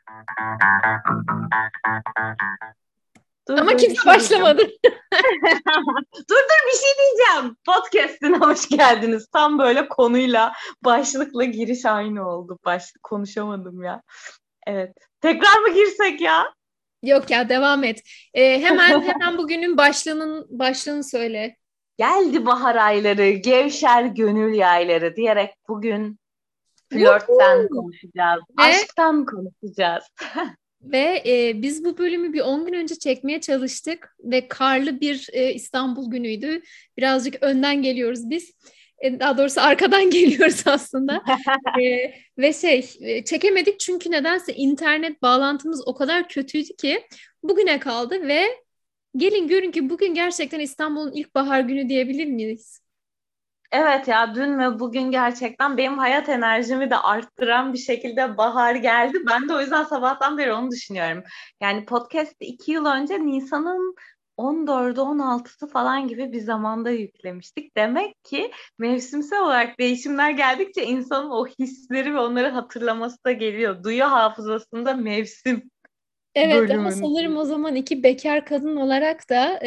Dur Ama dur bir kimse şey diyeceğim. başlamadı. Dur bir şey diyeceğim. Podcast'ine hoş geldiniz. Tam böyle konuyla, başlıkla giriş aynı oldu. Başlık konuşamadım ya. Evet. Tekrar mı girsek ya? Yok ya, devam et. Hemen bugünün başlığını söyle. Geldi bahar ayları, gevşer gönül yayları diyerek bugün flörtten Woohoo! konuşacağız, Ve aşktan konuşacağız. biz bu bölümü bir 10 gün önce çekmeye çalıştık ve karlı bir İstanbul günüydü. Birazcık önden geliyoruz biz. Daha doğrusu arkadan geliyoruz aslında. E, çekemedik çünkü nedense internet bağlantımız o kadar kötüydü ki bugüne kaldı ve gelin görün ki bugün gerçekten İstanbul'un ilkbahar günü diyebilir miyiz? Evet ya, dün ve bugün gerçekten benim hayat enerjimi de arttıran bir şekilde bahar geldi. Ben de o yüzden sabahtan beri onu düşünüyorum. Yani podcast'i 2 yıl önce Nisan'ın 14'ü 16'sı falan gibi bir zamanda yüklemiştik. Demek ki mevsimsel olarak değişimler geldikçe insanın o hisleri ve onları hatırlaması da geliyor. Duyu hafızasında mevsim Evet, ama bölümünde. sanırım o zaman iki bekar kadın olarak da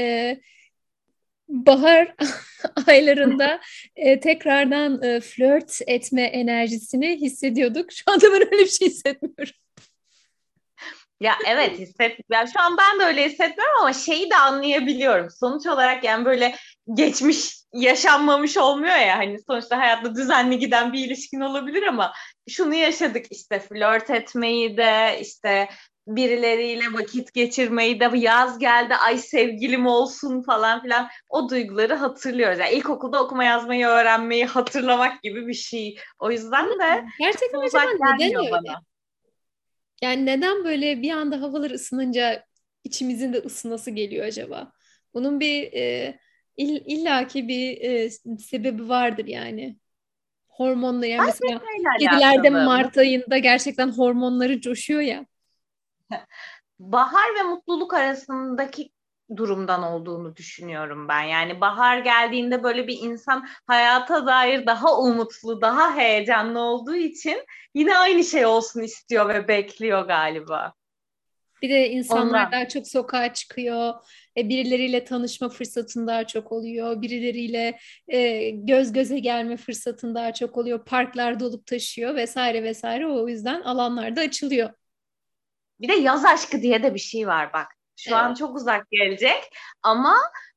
bahar aylarında tekrardan flört etme enerjisini hissediyorduk. Şu anda ben öyle bir şey hissetmiyorum. Ya evet, ya şu an ben de öyle hissetmiyorum ama şeyi de anlayabiliyorum. Sonuç olarak yani böyle geçmiş yaşanmamış olmuyor ya, hani sonuçta hayatta düzenli giden bir ilişkin olabilir ama şunu yaşadık işte, flört etmeyi de işte birileriyle vakit geçirmeyi de, yaz geldi ay sevgilim olsun falan filan, o duyguları hatırlıyoruz. Yani ilkokulda okuma yazmayı öğrenmeyi hatırlamak gibi bir şey. O yüzden Ama de çok gerçekten da acaba uzak neden gelmiyor öyle? bana. Yani neden böyle bir anda havalar ısınınca içimizin de ısınası geliyor acaba? Bunun bir illaki bir sebebi vardır yani. Hormonla, yani mesela Neyle kedilerde alakalı? Mart ayında gerçekten hormonları coşuyor ya. Bahar ve mutluluk arasındaki durumdan olduğunu düşünüyorum ben. Yani bahar geldiğinde böyle bir insan hayata dair daha umutlu, daha heyecanlı olduğu için yine aynı şey olsun istiyor ve bekliyor galiba. Bir de insanlar Ondan. daha çok sokağa çıkıyor. Birileriyle tanışma fırsatın daha çok oluyor. Birileriyle göz göze gelme fırsatın daha çok oluyor. Parklar dolup taşıyor vesaire vesaire. O yüzden alanlar da açılıyor. Bir de yaz aşkı diye de bir şey var bak. Şu an Evet. çok uzak gelecek ama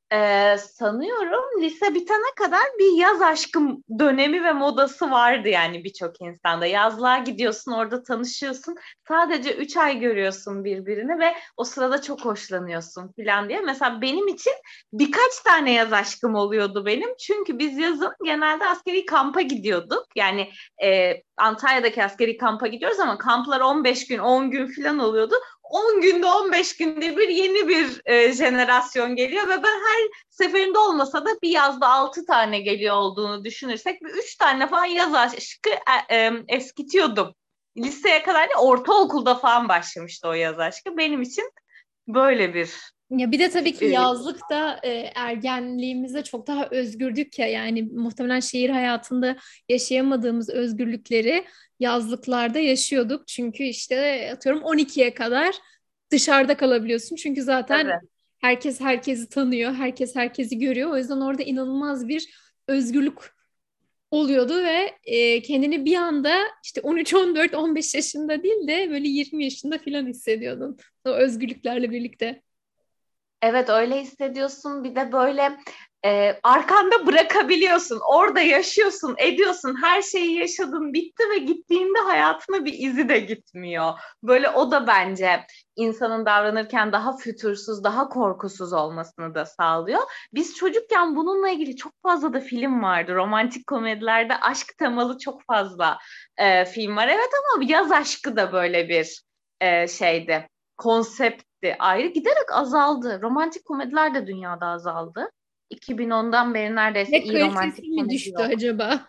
sanıyorum lise bitene kadar bir yaz aşkı dönemi ve modası vardı yani birçok insanda. Yazlığa gidiyorsun, orada tanışıyorsun. Sadece 3 ay görüyorsun birbirini ve o sırada çok hoşlanıyorsun falan diye. Mesela benim için birkaç tane yaz aşkım oluyordu benim. Çünkü biz yazın genelde askeri kampa gidiyorduk. Yani Antalya'daki askeri kampa gidiyoruz ama kamplar 15 gün 10 gün falan oluyordu. 10 günde 15 günde bir yeni bir jenerasyon geliyor ve ben her seferinde olmasa da bir yazda 6 tane geliyor olduğunu düşünürsek bir 3 tane falan yaz aşkı eskitiyordum. Liseye kadar değil, ortaokulda falan başlamıştı o yaz aşkı. Benim için böyle bir Ya bir de tabii ki e, yazlıkta ergenliğimizde çok daha özgürdük ya, yani muhtemelen şehir hayatında yaşayamadığımız özgürlükleri yazlıklarda yaşıyorduk. Çünkü işte atıyorum 12'ye kadar dışarıda kalabiliyorsun. Çünkü zaten tabii. herkes herkesi tanıyor, herkes herkesi görüyor. O yüzden orada inanılmaz bir özgürlük oluyordu ve kendini bir anda işte 13, 14, 15 yaşında değil de böyle 20 yaşında falan hissediyordun. O özgürlüklerle birlikte. Evet, öyle hissediyorsun. Bir de böyle arkanda bırakabiliyorsun. Orada yaşıyorsun, ediyorsun. Her şeyi yaşadın, bitti ve gittiğinde hayatına bir izi de gitmiyor. Böyle o da bence insanın davranırken daha fütursuz, daha korkusuz olmasını da sağlıyor. Biz çocukken bununla ilgili çok fazla da film vardı. Romantik komedilerde aşk temalı çok fazla film var. Evet, ama yaz aşkı da böyle bir şeydi. Konseptti. Ayrı giderek azaldı. Romantik komediler de dünyada azaldı. 2010'dan beri neredeyse Ne iyi kalitesi romantik mi komedi düştü yok. acaba?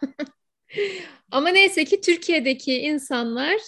Ama neyse ki Türkiye'deki insanlar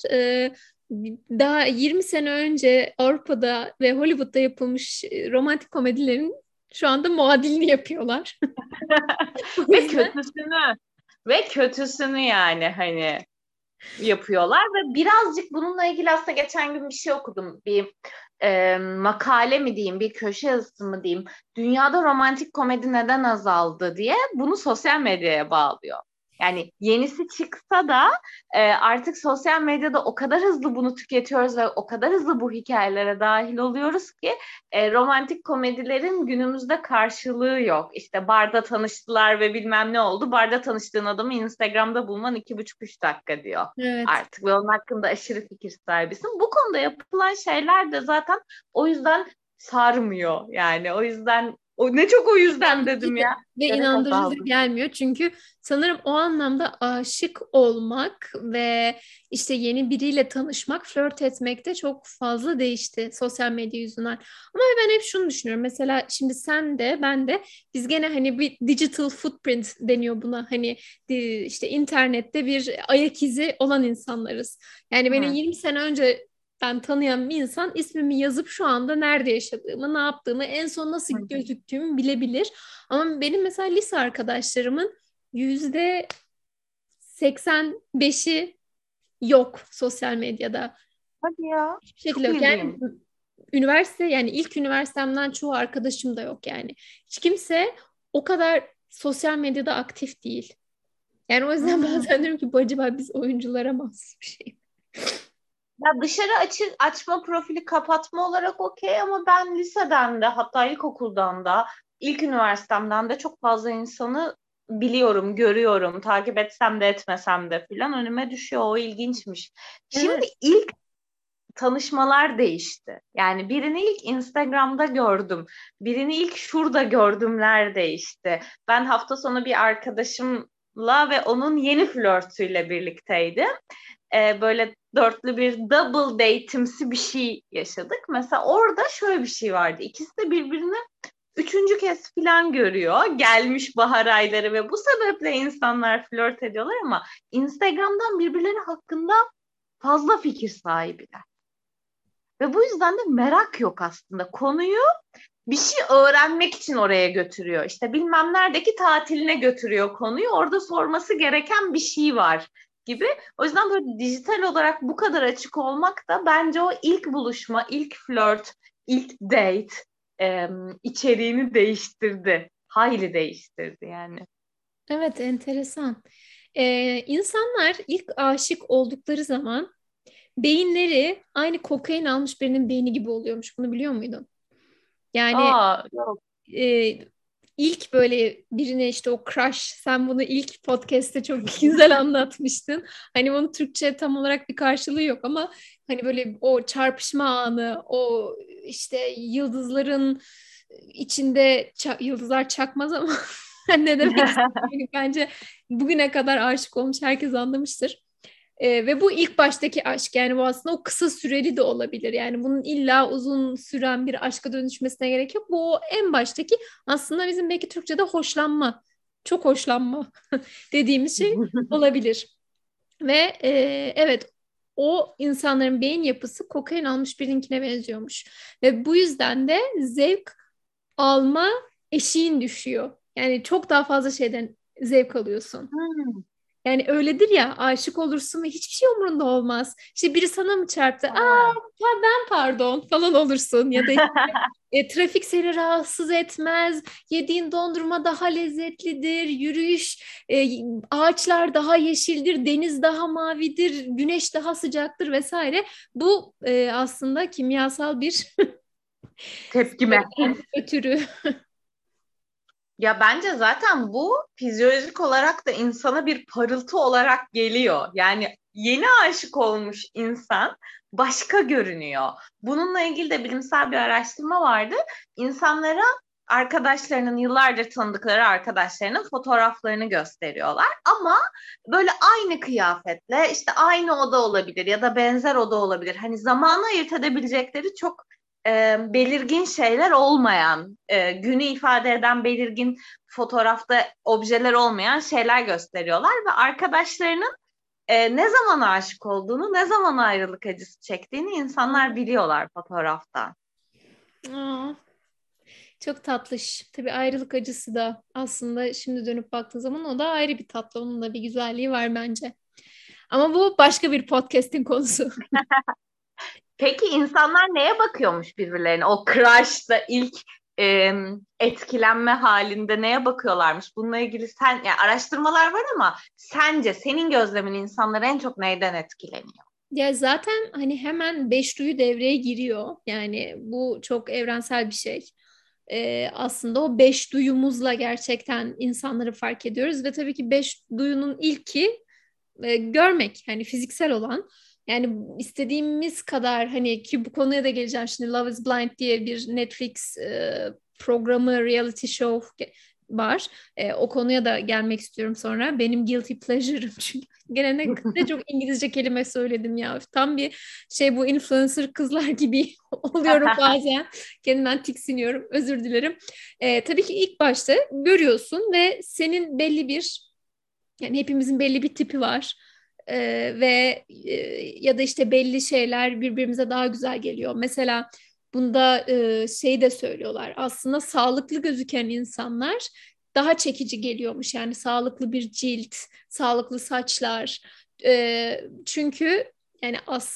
daha 20 sene önce Avrupa'da ve Hollywood'da yapılmış romantik komedilerin şu anda muadilini yapıyorlar. O Ve yüzden kötüsünü. Ve kötüsünü yani hani. yapıyorlar ve birazcık bununla ilgili aslında geçen gün bir şey okudum. Bir makale mi diyeyim, bir köşe yazısı mı diyeyim. Dünyada romantik komedi neden azaldı diye bunu sosyal medyaya bağlıyor. Yani yenisi çıksa da artık sosyal medyada o kadar hızlı bunu tüketiyoruz ve o kadar hızlı bu hikayelere dahil oluyoruz ki romantik komedilerin günümüzde karşılığı yok. İşte barda tanıştılar ve bilmem ne oldu. Barda tanıştığın adamı Instagram'da bulman 2,5-3 dakika diyor Evet. artık ve onun hakkında aşırı fikir sahibisin. Bu konuda yapılan şeyler de zaten o yüzden sarmıyor yani. O yüzden ne çok o yüzden dedim ya. Ve Gerek inandırıcı da azaldı. gelmiyor. Çünkü sanırım o anlamda aşık olmak ve işte yeni biriyle tanışmak, flört etmek de çok fazla değişti sosyal medya yüzünden. Ama ben hep şunu düşünüyorum. Mesela şimdi sen de ben de biz gene hani bir digital footprint deniyor buna. Hani işte internette bir ayak izi olan insanlarız. Yani benim Hı. 20 sene önce ben tanıyan bir insan ismimi yazıp şu anda nerede yaşadığımı, ne yaptığımı, en son nasıl Hı. gözüktüğümü bilebilir. Ama benim mesela lise arkadaşlarımın %85'i yok sosyal medyada. Hadi ya. Hiçbir şekilde Çok yok. Yani ilginç. üniversite yani ilk üniversitemden çoğu arkadaşım da yok yani. Hiç kimse o kadar sosyal medyada aktif değil. Yani o yüzden Hı. bazen diyorum ki bu acaba biz oyunculara mahsus bir şey mi? Ya dışarı açma profili kapatma olarak okey ama ben liseden de hatta ilkokuldan da ilk üniversitemden de çok fazla insanı biliyorum, görüyorum. Takip etsem de etmesem de filan önüme düşüyor. O ilginçmiş. Şimdi Evet. ilk tanışmalar değişti. Yani birini ilk Instagram'da gördüm. Birini ilk şurada gördümler değişti. Ben hafta sonu bir arkadaşımla ve onun yeni flörtüyle birlikteydim. Böyle dörtlü bir double date'imsi bir şey yaşadık. Mesela orada şöyle bir şey vardı. İkisi de birbirini üçüncü kez falan görüyor. Gelmiş bahar ayları ve bu sebeple insanlar flört ediyorlar ama Instagram'dan birbirleri hakkında fazla fikir sahibiler. Ve bu yüzden de merak yok aslında. Konuyu bir şey öğrenmek için oraya götürüyor. İşte bilmem neredeki tatiline götürüyor konuyu. Orada sorması gereken bir şey var gibi. O yüzden böyle dijital olarak bu kadar açık olmak da bence o ilk buluşma, ilk flört, ilk date içeriğini değiştirdi. Hayli değiştirdi yani. Evet, enteresan. İnsanlar ilk aşık oldukları zaman beyinleri aynı kokain almış birinin beyni gibi oluyormuş. Bunu biliyor muydun? Yani Aa, yok. e, ilk böyle birine işte o crush, sen bunu ilk podcast'te çok güzel anlatmıştın. Hani bunun Türkçe tam olarak bir karşılığı yok ama hani böyle o çarpışma anı, o işte yıldızların içinde yıldızlar çakmaz ama ne demek istediğimi bence bugüne kadar aşık olmuş herkes anlamıştır. Ve bu ilk baştaki aşk yani bu aslında o kısa süreli de olabilir. Yani bunun illa uzun süren bir aşka dönüşmesine gerek yok. Bu o en baştaki aslında bizim belki Türkçe'de hoşlanma, çok hoşlanma dediğimiz şey olabilir. Ve evet o insanların beyin yapısı kokain almış birinkine benziyormuş. Ve bu yüzden de zevk alma eşiğin düşüyor. Yani çok daha fazla şeyden zevk alıyorsun. Hmm. Yani öyledir ya aşık olursun ve hiçbir şey umurunda olmaz. İşte biri sana mı çarptı? Aa ben pardon falan olursun. Ya da işte, trafik seni rahatsız etmez. Yediğin dondurma daha lezzetlidir. Yürüyüş, ağaçlar daha yeşildir. Deniz daha mavidir. Güneş daha sıcaktır vesaire. Bu aslında kimyasal bir Tepkime. sebepten ötürü. Ya bence zaten bu fizyolojik olarak da insana bir parıltı olarak geliyor. Yani yeni aşık olmuş insan başka görünüyor. Bununla ilgili de bilimsel bir araştırma vardı. İnsanlara arkadaşlarının yıllardır tanıdıkları arkadaşlarının fotoğraflarını gösteriyorlar. Ama böyle aynı kıyafetle işte aynı oda olabilir ya da benzer oda olabilir. Hani zamanı ayırt edebilecekleri çok belirgin şeyler olmayan, günü ifade eden belirgin fotoğrafta objeler olmayan şeyler gösteriyorlar ve arkadaşlarının ne zaman aşık olduğunu, ne zaman ayrılık acısı çektiğini insanlar biliyorlar fotoğraftan. Aa, çok tatlış. Tabii ayrılık acısı da aslında şimdi dönüp baktığın zaman o da ayrı bir tatlı. Onun da bir güzelliği var bence. Ama bu başka bir podcast'in konusu. Peki insanlar neye bakıyormuş birbirlerine? O crush'ta ilk e, etkilenme halinde neye bakıyorlarmış? Bununla ilgili yani araştırmalar var ama sence senin gözlemin insanlar en çok neyden etkileniyor? Ya zaten hani hemen beş duyu devreye giriyor. Yani bu çok evrensel bir şey. Aslında o beş duyumuzla gerçekten insanları fark ediyoruz ve tabii ki beş duyunun ilki görmek, hani fiziksel olan. Yani istediğimiz kadar, hani ki bu konuya da geleceğim şimdi, Love is Blind diye bir Netflix programı, reality show var. O konuya da gelmek istiyorum sonra. Benim guilty pleasure'ım çünkü. Gene ne çok İngilizce kelime söyledim ya. Tam bir şey, bu influencer kızlar gibi oluyorum bazen. Kendimden tiksiniyorum. Özür dilerim. Tabii ki ilk başta görüyorsun ve senin belli bir, yani hepimizin belli bir tipi var. Ve ya da işte belli şeyler birbirimize daha güzel geliyor. Mesela bunda şey de söylüyorlar. Aslında sağlıklı gözüken insanlar daha çekici geliyormuş. Yani sağlıklı bir cilt, sağlıklı saçlar. Çünkü yani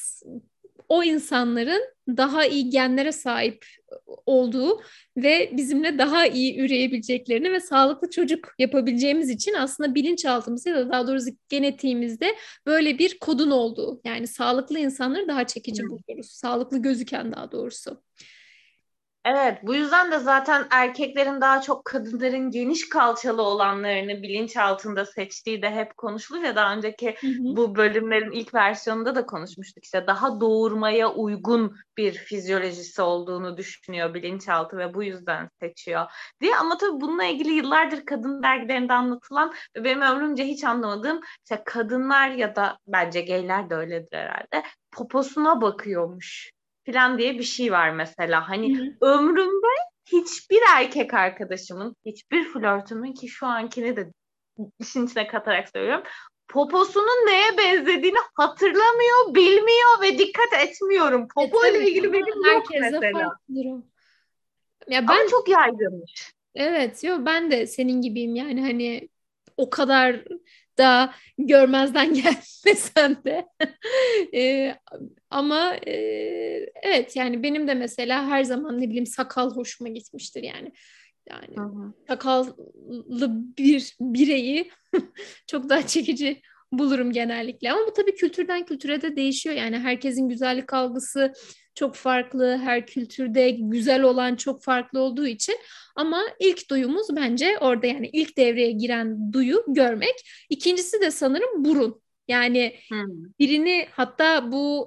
o insanların daha iyi genlere sahip olduğu ve bizimle daha iyi üreyebileceklerini ve sağlıklı çocuk yapabileceğimiz için aslında bilinçaltımızda ya da daha doğrusu genetiğimizde böyle bir kodun olduğu. Yani sağlıklı insanları daha çekici buluyoruz. Sağlıklı gözüken, daha doğrusu. Evet, bu yüzden de zaten erkeklerin daha çok kadınların geniş kalçalı olanlarını bilinç altında seçtiği de hep konuşulur ya, daha önceki Hı hı. bu bölümlerin ilk versiyonunda da konuşmuştuk. İşte daha doğurmaya uygun bir fizyolojisi olduğunu düşünüyor bilinçaltı ve bu yüzden seçiyor diye. Ama tabii bununla ilgili yıllardır kadın dergilerinde anlatılan ve benim ömrümce hiç anlamadığım, işte kadınlar ya da bence geyler de öyledir herhalde, poposuna bakıyormuş falan diye bir şey var mesela. Hı Hani hı. ömrümde hiçbir erkek arkadaşımın, hiçbir flörtümün, ki şu ankini de işin içine katarak söylüyorum, poposunun neye benzediğini hatırlamıyor, bilmiyor ve dikkat etmiyorum. Popo ile Tabii ilgili ama benim yok herkese mesela. farklıdır o. Ya Ama ben, çok yaygınmış. evet, yo, ben de senin gibiyim yani, hani o kadar da görmezden gelmesen de. Ee, ama evet, yani benim de mesela her zaman ne bileyim sakal hoşuma gitmiştir yani. Yani Hı hı. sakallı bir bireyi çok daha çekici bulurum genellikle. Ama bu tabii kültürden kültüre de değişiyor. Yani herkesin güzellik algısı çok farklı. Her kültürde güzel olan çok farklı olduğu için. Ama ilk duyumuz bence orada, yani ilk devreye giren duyu görmek. İkincisi de sanırım burun. Yani Hı. birini, hatta bu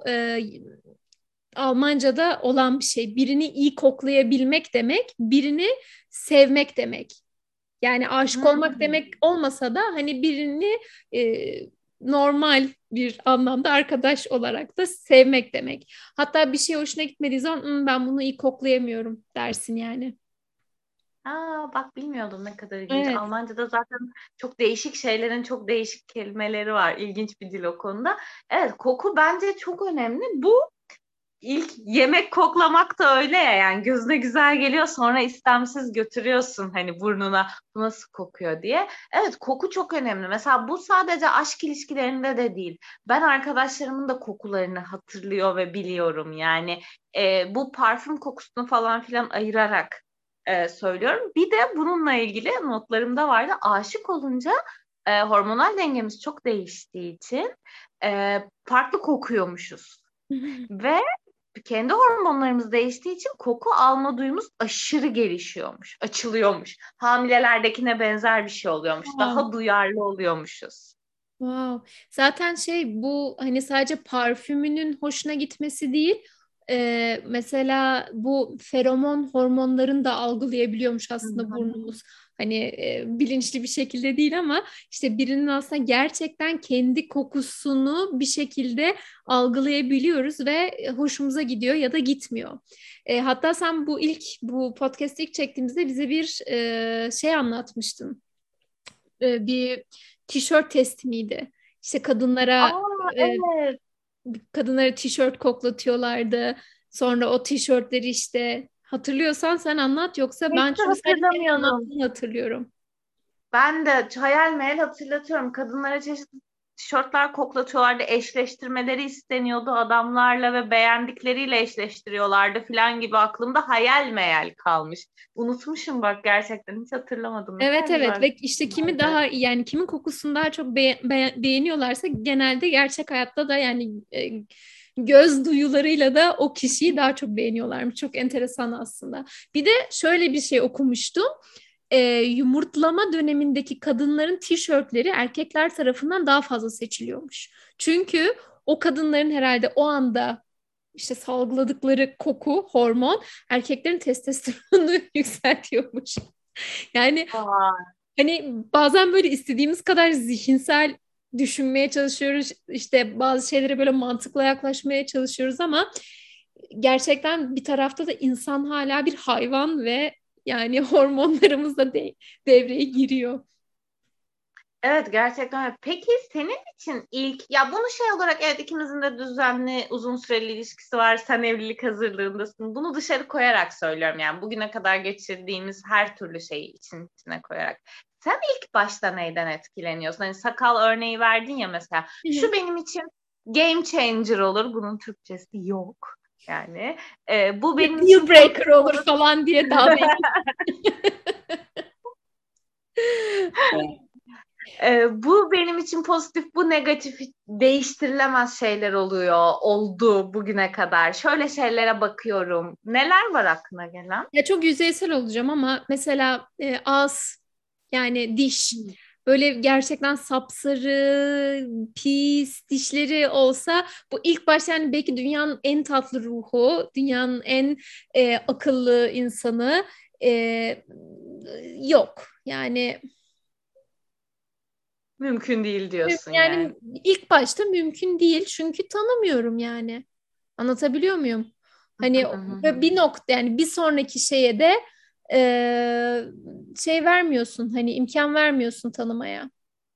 Almanca'da olan bir şey. Birini iyi koklayabilmek demek, birini sevmek demek. Yani aşık Hı. olmak demek olmasa da hani birini normal bir anlamda arkadaş olarak da sevmek demek. Hatta bir şey hoşuna gitmediği zaman, Ben bunu iyi koklayamıyorum" dersin yani. Aa, bak bilmiyordum, ne kadar ilginç. Evet. Almanca'da zaten çok değişik şeylerin çok değişik kelimeleri var. İlginç bir dil o konuda. Evet, koku bence çok önemli. Bu İlk yemek koklamak da öyle ya, yani gözüne güzel geliyor, sonra istemsiz götürüyorsun hani burnuna, bu nasıl kokuyor diye. Evet, koku çok önemli. Mesela bu sadece aşk ilişkilerinde de değil. Ben arkadaşlarımın da kokularını hatırlıyor ve biliyorum yani. Bu parfüm kokusunu falan filan ayırarak söylüyorum. Bir de bununla ilgili notlarımda vardı. Aşık olunca hormonal dengemiz çok değiştiği için farklı kokuyormuşuz. Ve kendi hormonlarımız değiştiği için koku alma duyumuz aşırı gelişiyormuş, açılıyormuş. Hamilelerdekine benzer bir şey oluyormuş. Wow. Daha duyarlı oluyormuşuz. Wow. Zaten şey, bu hani sadece parfümünün hoşuna gitmesi değil, mesela bu feromon hormonlarını da algılayabiliyormuş Hı aslında hı. burnumuz. Hani bilinçli bir şekilde değil ama işte birinin aslında gerçekten kendi kokusunu bir şekilde algılayabiliyoruz ve hoşumuza gidiyor ya da gitmiyor. Hatta sen bu podcast ilk çektiğimizde bize bir şey anlatmıştın, bir tişört testi miydi? İşte Aa, e, evet. kadınlara tişört koklatıyorlardı. Sonra o tişörtleri, işte hatırlıyorsan sen anlat, yoksa ben Hiç de çünkü sadece senin hatırlamıyorum. anlattığını hatırlıyorum. Ben de hayal meyal hatırlatıyorum. Kadınlara çeşitli tişörtler koklatıyorlardı, eşleştirmeleri isteniyordu adamlarla ve beğendikleriyle eşleştiriyorlardı falan gibi aklımda hayal meyal kalmış. Unutmuşum bak, gerçekten hiç hatırlamadım. Ne Evet kadar evet, güzel. ve işte kimi daha, yani kimin kokusunu daha çok beğeniyorlarsa genelde gerçek hayatta da yani göz duyularıyla da o kişiyi daha çok beğeniyorlarmış. Çok enteresan aslında. Bir de şöyle bir şey okumuştum. Yumurtlama dönemindeki kadınların tişörtleri erkekler tarafından daha fazla seçiliyormuş. Çünkü o kadınların herhalde o anda işte salgıladıkları koku, hormon erkeklerin testosteronunu yükseltiyormuş. Yani Aa, hani bazen böyle istediğimiz kadar zihinsel düşünmeye çalışıyoruz. İşte bazı şeylere böyle mantıkla yaklaşmaya çalışıyoruz ama gerçekten bir tarafta da insan hala bir hayvan ve yani hormonlarımız da devreye giriyor. evet, gerçekten öyle. Peki senin için ilk, ya bunu şey olarak, evet ikimizin de düzenli uzun süreli ilişkisi var, sen evlilik hazırlığındasın, bunu dışarı koyarak söylüyorum, yani bugüne kadar geçirdiğimiz her türlü şeyi içine koyarak. Sen ilk başta neyden etkileniyorsun? Hani sakal örneği verdin ya mesela, Hı hı. şu benim için game changer olur, bunun Türkçesi yok yani. Bu benim Deal için breaker pozitif olur olur. falan diye dalga. Bu benim için pozitif, bu negatif, değiştirilemez şeyler oluyor, oldu bugüne kadar. Şöyle şeylere bakıyorum. Neler var aklına gelen? Ya çok yüzeysel olacağım ama mesela ağız, yani diş, böyle gerçekten sapsarı pis dişleri olsa bu ilk başta yani belki dünyanın en tatlı ruhu, dünyanın en akıllı insanı yok. Mümkün değil diyorsun yani. Yani ilk başta mümkün değil çünkü tanımıyorum yani. Anlatabiliyor muyum? Hani bir nokta, yani bir sonraki şeye de şey vermiyorsun, hani imkan vermiyorsun tanımaya.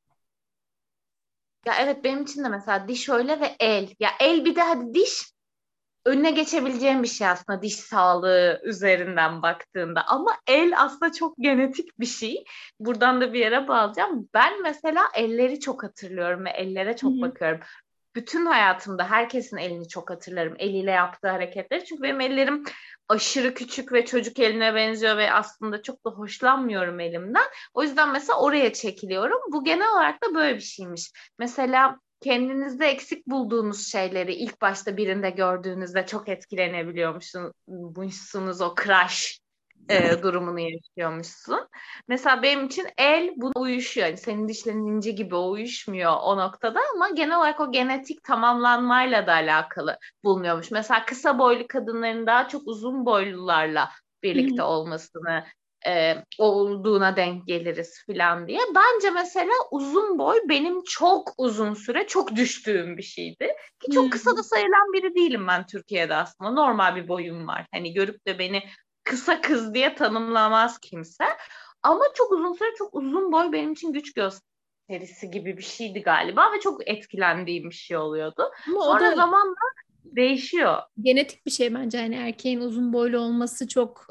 Ya evet, benim için de mesela diş öyle ve el. Ya el, bir de hadi diş önüne geçebileceğim bir şey aslında diş sağlığı üzerinden baktığında. Ama el aslında çok genetik bir şey. Buradan da bir yere bağlayacağım. Ben mesela elleri çok hatırlıyorum ve ellere Hı çok hı. bakıyorum. Bütün hayatımda herkesin elini çok hatırlarım. Eliyle yaptığı hareketleri. Çünkü benim ellerim aşırı küçük ve çocuk eline benziyor ve aslında çok da hoşlanmıyorum elimden. O yüzden mesela oraya çekiliyorum. Bu genel olarak da böyle bir şeymiş. Mesela kendinizde eksik bulduğunuz şeyleri ilk başta birinde gördüğünüzde çok etkilenebiliyormuşsunuz, o crush durumunu yaşıyormuşsun. Mesela benim için el buna uyuşuyor. Yani senin dişlerin ince gibi o uyuşmuyor o noktada, ama genel olarak o genetik tamamlanmayla da alakalı bulunuyormuş. Mesela kısa boylu kadınların daha çok uzun boylularla Hı hı. birlikte olmasını olduğuna denk geliriz falan diye. Bence mesela uzun boy benim çok uzun süre çok düştüğüm bir şeydi. Ki çok kısa da Hmm. sayılan biri değilim ben Türkiye'de aslında. Normal bir boyum var. Hani görüp de beni kısa kız diye tanımlamaz kimse. Ama çok uzun süre çok uzun boy benim için güç gösterisi gibi bir şeydi galiba ve çok etkilendiğim bir şey oluyordu. Ama o Sonra da zamanla değişiyor. genetik bir şey bence. Yani erkeğin uzun boylu olması çok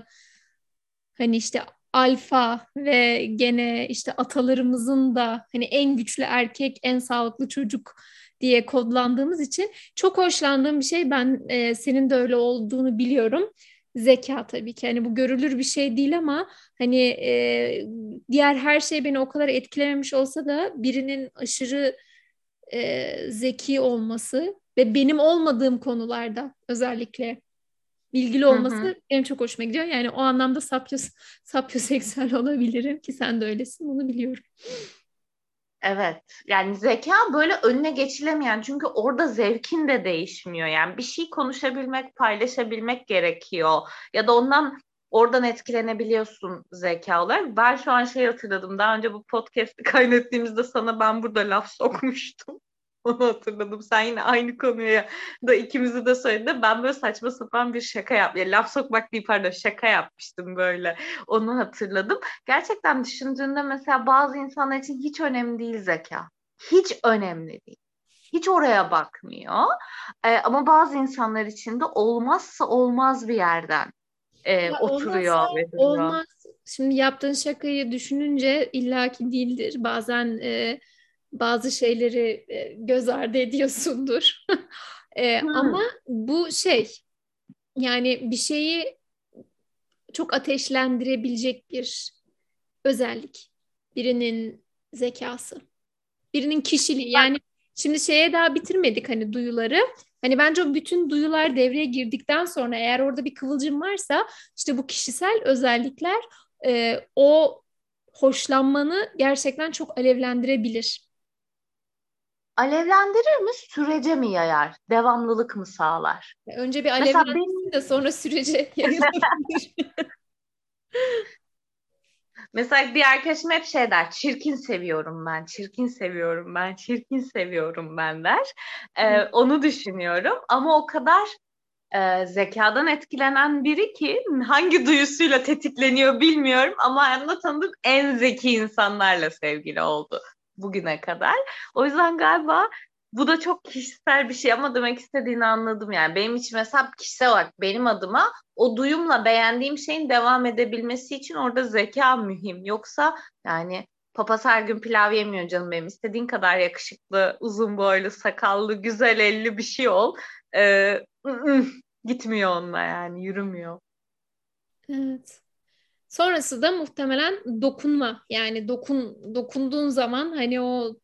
hani işte alfa ve gene işte atalarımızın da hani en güçlü erkek, en sağlıklı çocuk diye kodlandığımız için çok hoşlandığım bir şey. Ben senin de öyle olduğunu biliyorum. Zeka tabii ki. Hani bu görülür bir şey değil ama hani diğer her şey beni o kadar etkilememiş olsa da birinin aşırı zeki olması ve benim olmadığım konularda özellikle bilgili Hı hı. olması benim çok hoşuma gidiyor. Yani o anlamda sapyoseksüel olabilirim ki sen de öylesin, bunu biliyorum. Evet. Yani zeka böyle önüne geçilemeyen, çünkü orada zevkin de değişmiyor. Yani bir şey konuşabilmek, paylaşabilmek gerekiyor. Ya da oradan etkilenebiliyorsun zeka olarak. Ben şu an şey hatırladım. Daha önce bu podcast'i kaydettiğimizde sana ben burada laf sokmuştum. Onu hatırladım. Sen yine aynı konuya da ikimizi de söyledi. Ben böyle saçma sapan bir şaka yani laf sokmak değil, pardon, şaka yapmıştım böyle. Onu hatırladım. Gerçekten düşündüğünde mesela bazı insanlar için hiç önemli değil zeka. Hiç önemli değil. Hiç oraya bakmıyor. Ama bazı insanlar için de olmazsa olmaz bir yerden Ya olmazsa oturuyor ve duruyor. olmaz. Şimdi yaptığın şakayı düşününce illaki değildir. Bazen bazı şeyleri göz ardı ediyorsundur. Ama Hmm. bu yani bir şeyi çok ateşlendirebilecek bir özellik. Birinin zekası, birinin kişiliği. Yani şimdi daha bitirmedik hani duyuları. Hani bence o bütün duyular devreye girdikten sonra eğer orada bir kıvılcım varsa işte bu kişisel özellikler o hoşlanmanı gerçekten çok alevlendirebilir. Alevlendirir mi, sürece mi yayar? Devamlılık mı sağlar? Önce bir Mesela alevlendirsin benim de sonra sürece yayılabilir. Mesela bir arkadaşım hep şey der, çirkin seviyorum ben, çirkin seviyorum ben, çirkin seviyorum ben der. Onu düşünüyorum ama o kadar zekadan etkilenen biri ki hangi duyusuyla tetikleniyor bilmiyorum ama hayatımda tanıdığım en zeki insanlarla sevgili oldu bugüne kadar. O yüzden galiba bu da çok kişisel bir şey ama demek istediğini anladım yani. Benim için mesela kişisel olarak benim adıma o duyumla beğendiğim şeyin devam edebilmesi için orada zeka mühim. Yoksa yani papaz her gün pilav yemiyor canım benim. İstediğin kadar yakışıklı, uzun boylu, sakallı, güzel elli bir şey ol. Gitmiyor onunla yani, yürümüyor. Evet. Sonrası da muhtemelen dokunma. Yani dokunduğun zaman hani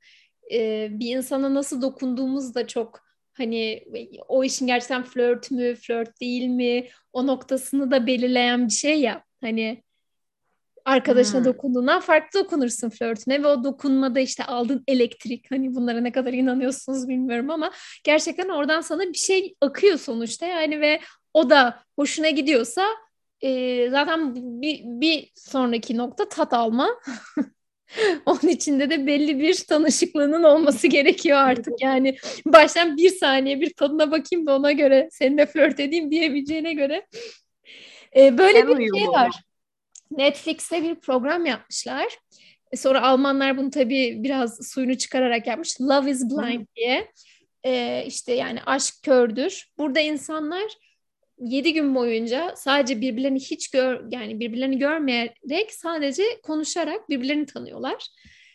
bir insana nasıl dokunduğumuz da çok hani o işin gerçekten flört mü, flört değil mi o noktasını da belirleyen bir şey ya. Hani arkadaşına Hmm. dokunduğundan farklı dokunursun flörtüne ve o dokunmada işte aldığın elektrik hani bunlara ne kadar inanıyorsunuz bilmiyorum ama gerçekten oradan sana bir şey akıyor sonuçta yani ve o da hoşuna gidiyorsa zaten bir sonraki nokta tat alma. Onun içinde de belli bir tanışıklığının olması gerekiyor artık yani baştan bir saniye bir tadına bakayım da ona göre seninle flört edeyim diyebileceğine göre. Böyle En bir şey uyumlu. var. Netflix'te bir program yapmışlar. Sonra Almanlar bunu tabii biraz suyunu çıkararak yapmış. Love is Hmm. Blind diye. İşte yani aşk kördür. Burada insanlar 7 gün boyunca sadece birbirlerini yani birbirlerini görmeyerek sadece konuşarak birbirlerini tanıyorlar.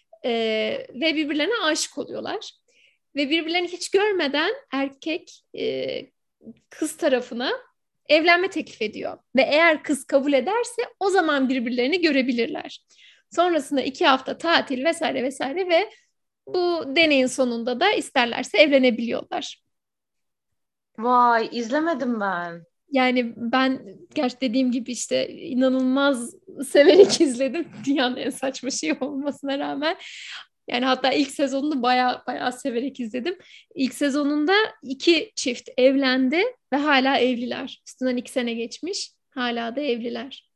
Ve birbirlerine aşık oluyorlar. Ve birbirlerini hiç görmeden erkek kız tarafına evlenme teklif ediyor. Ve eğer kız kabul ederse o zaman birbirlerini görebilirler. Sonrasında 2 hafta tatil vesaire vesaire ve bu deneyin sonunda da isterlerse evlenebiliyorlar. Vay, izlemedim ben. Yani ben gerçi dediğim gibi işte inanılmaz severek izledim. Dünyanın en saçma şey olmasına rağmen. Yani hatta ilk sezonunu baya baya severek izledim. İlk sezonunda 2 çift evlendi ve hala evliler. Üstünden 2 sene geçmiş. Hala da evliler.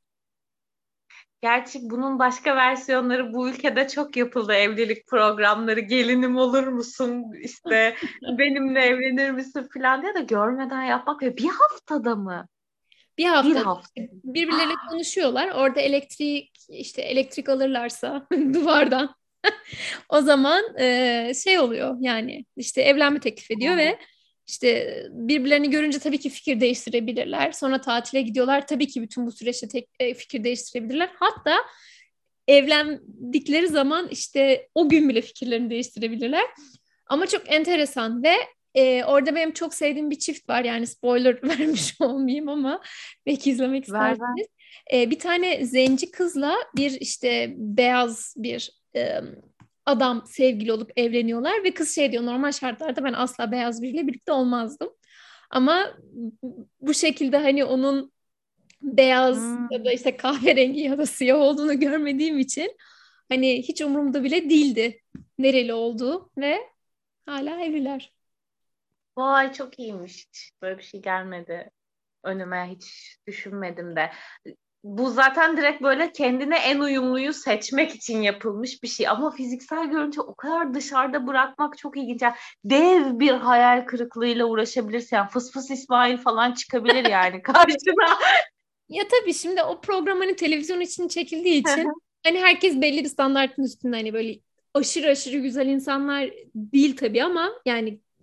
Gerçi bunun başka versiyonları bu ülkede çok yapıldı. Evlilik programları, gelinim olur musun, işte benimle evlenir misin falan diye de görmeden yapmak ve bir haftada mı? Bir Bir hafta hafta. birbirleriyle konuşuyorlar. Orada elektrik alırlarsa duvardan o zaman oluyor yani işte evlenme teklif ediyor ve işte birbirlerini görünce tabii ki fikir değiştirebilirler. Sonra tatile gidiyorlar. Tabii ki bütün bu süreçte fikir değiştirebilirler. Hatta evlendikleri zaman işte o gün bile fikirlerini değiştirebilirler. Ama çok enteresan ve orada benim çok sevdiğim bir çift var. Yani spoiler vermiş olmayayım ama belki izlemek Ver ver. istersiniz. Bir tane zenci kızla bir işte beyaz bir adam sevgili olup evleniyorlar ve kız diyor normal şartlarda ben asla beyaz biriyle birlikte olmazdım. Ama bu şekilde hani onun beyaz ya da Hmm. işte kahverengi ya da siyah olduğunu görmediğim için hani hiç umurumda bile değildi nereli olduğu ve hala evliler. Vay, çok iyiymiş. Hiç böyle bir şey gelmedi önüme, hiç düşünmedim de. Bu zaten direkt böyle kendine en uyumluyu seçmek için yapılmış bir şey. Ama fiziksel görünce o kadar dışarıda bırakmak çok ilginç. Yani dev bir hayal kırıklığıyla uğraşabilirsin. Yani Fıs Fıs İsmail falan çıkabilir yani karşına. Ya tabii şimdi o program hani televizyon için çekildiği için hani herkes belli bir standartın üstünde hani böyle aşırı aşırı güzel insanlar değil tabii ama yani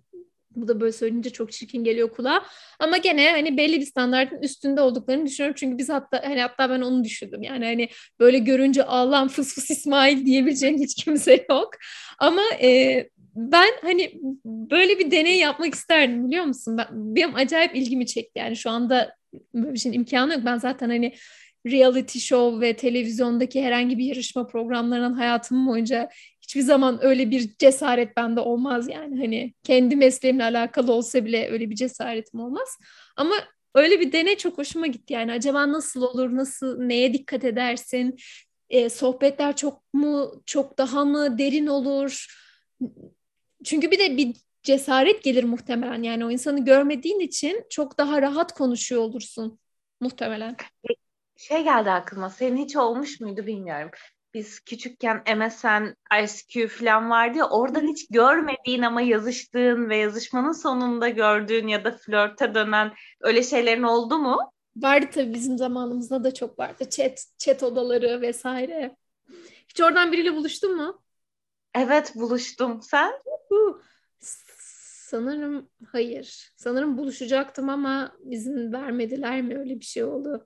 Bu da böyle söyleyince çok çirkin geliyor kulağa. Ama gene hani belli bir standartın üstünde olduklarını düşünüyorum. Çünkü biz hatta ben onu düşündüm. Yani hani böyle görünce Allah'ım fıs fıs İsmail diyebileceğin hiç kimse yok. Ama ben hani böyle bir deney yapmak isterdim, biliyor musun? Benim acayip ilgimi çekti. Yani şu anda böyle bir şeyin imkanı yok. Ben zaten hani reality show ve televizyondaki herhangi bir yarışma programlarından hayatım boyunca hiçbir zaman öyle bir cesaret bende olmaz yani. Hani kendi mesleğimle alakalı olsa bile öyle bir cesaretim olmaz. Ama öyle bir deney çok hoşuma gitti yani. Acaba nasıl olur, nasıl, neye dikkat edersin? Sohbetler çok daha mı derin olur? Çünkü bir de bir cesaret gelir muhtemelen. Yani o insanı görmediğin için çok daha rahat konuşuyor olursun muhtemelen. Şey geldi aklıma. Senin hiç olmuş muydu bilmiyorum. Biz küçükken MSN, ICQ falan vardı ya, oradan hiç görmediğin ama yazıştığın ve yazışmanın sonunda gördüğün ya da flörte dönen öyle şeylerin oldu mu? Vardı tabii, bizim zamanımızda da çok vardı. Chat odaları vesaire. Hiç oradan biriyle buluştun mu? Evet, buluştum. Sen? Hu. Sanırım hayır. Sanırım buluşacaktım ama izin vermediler mi? Öyle bir şey oldu.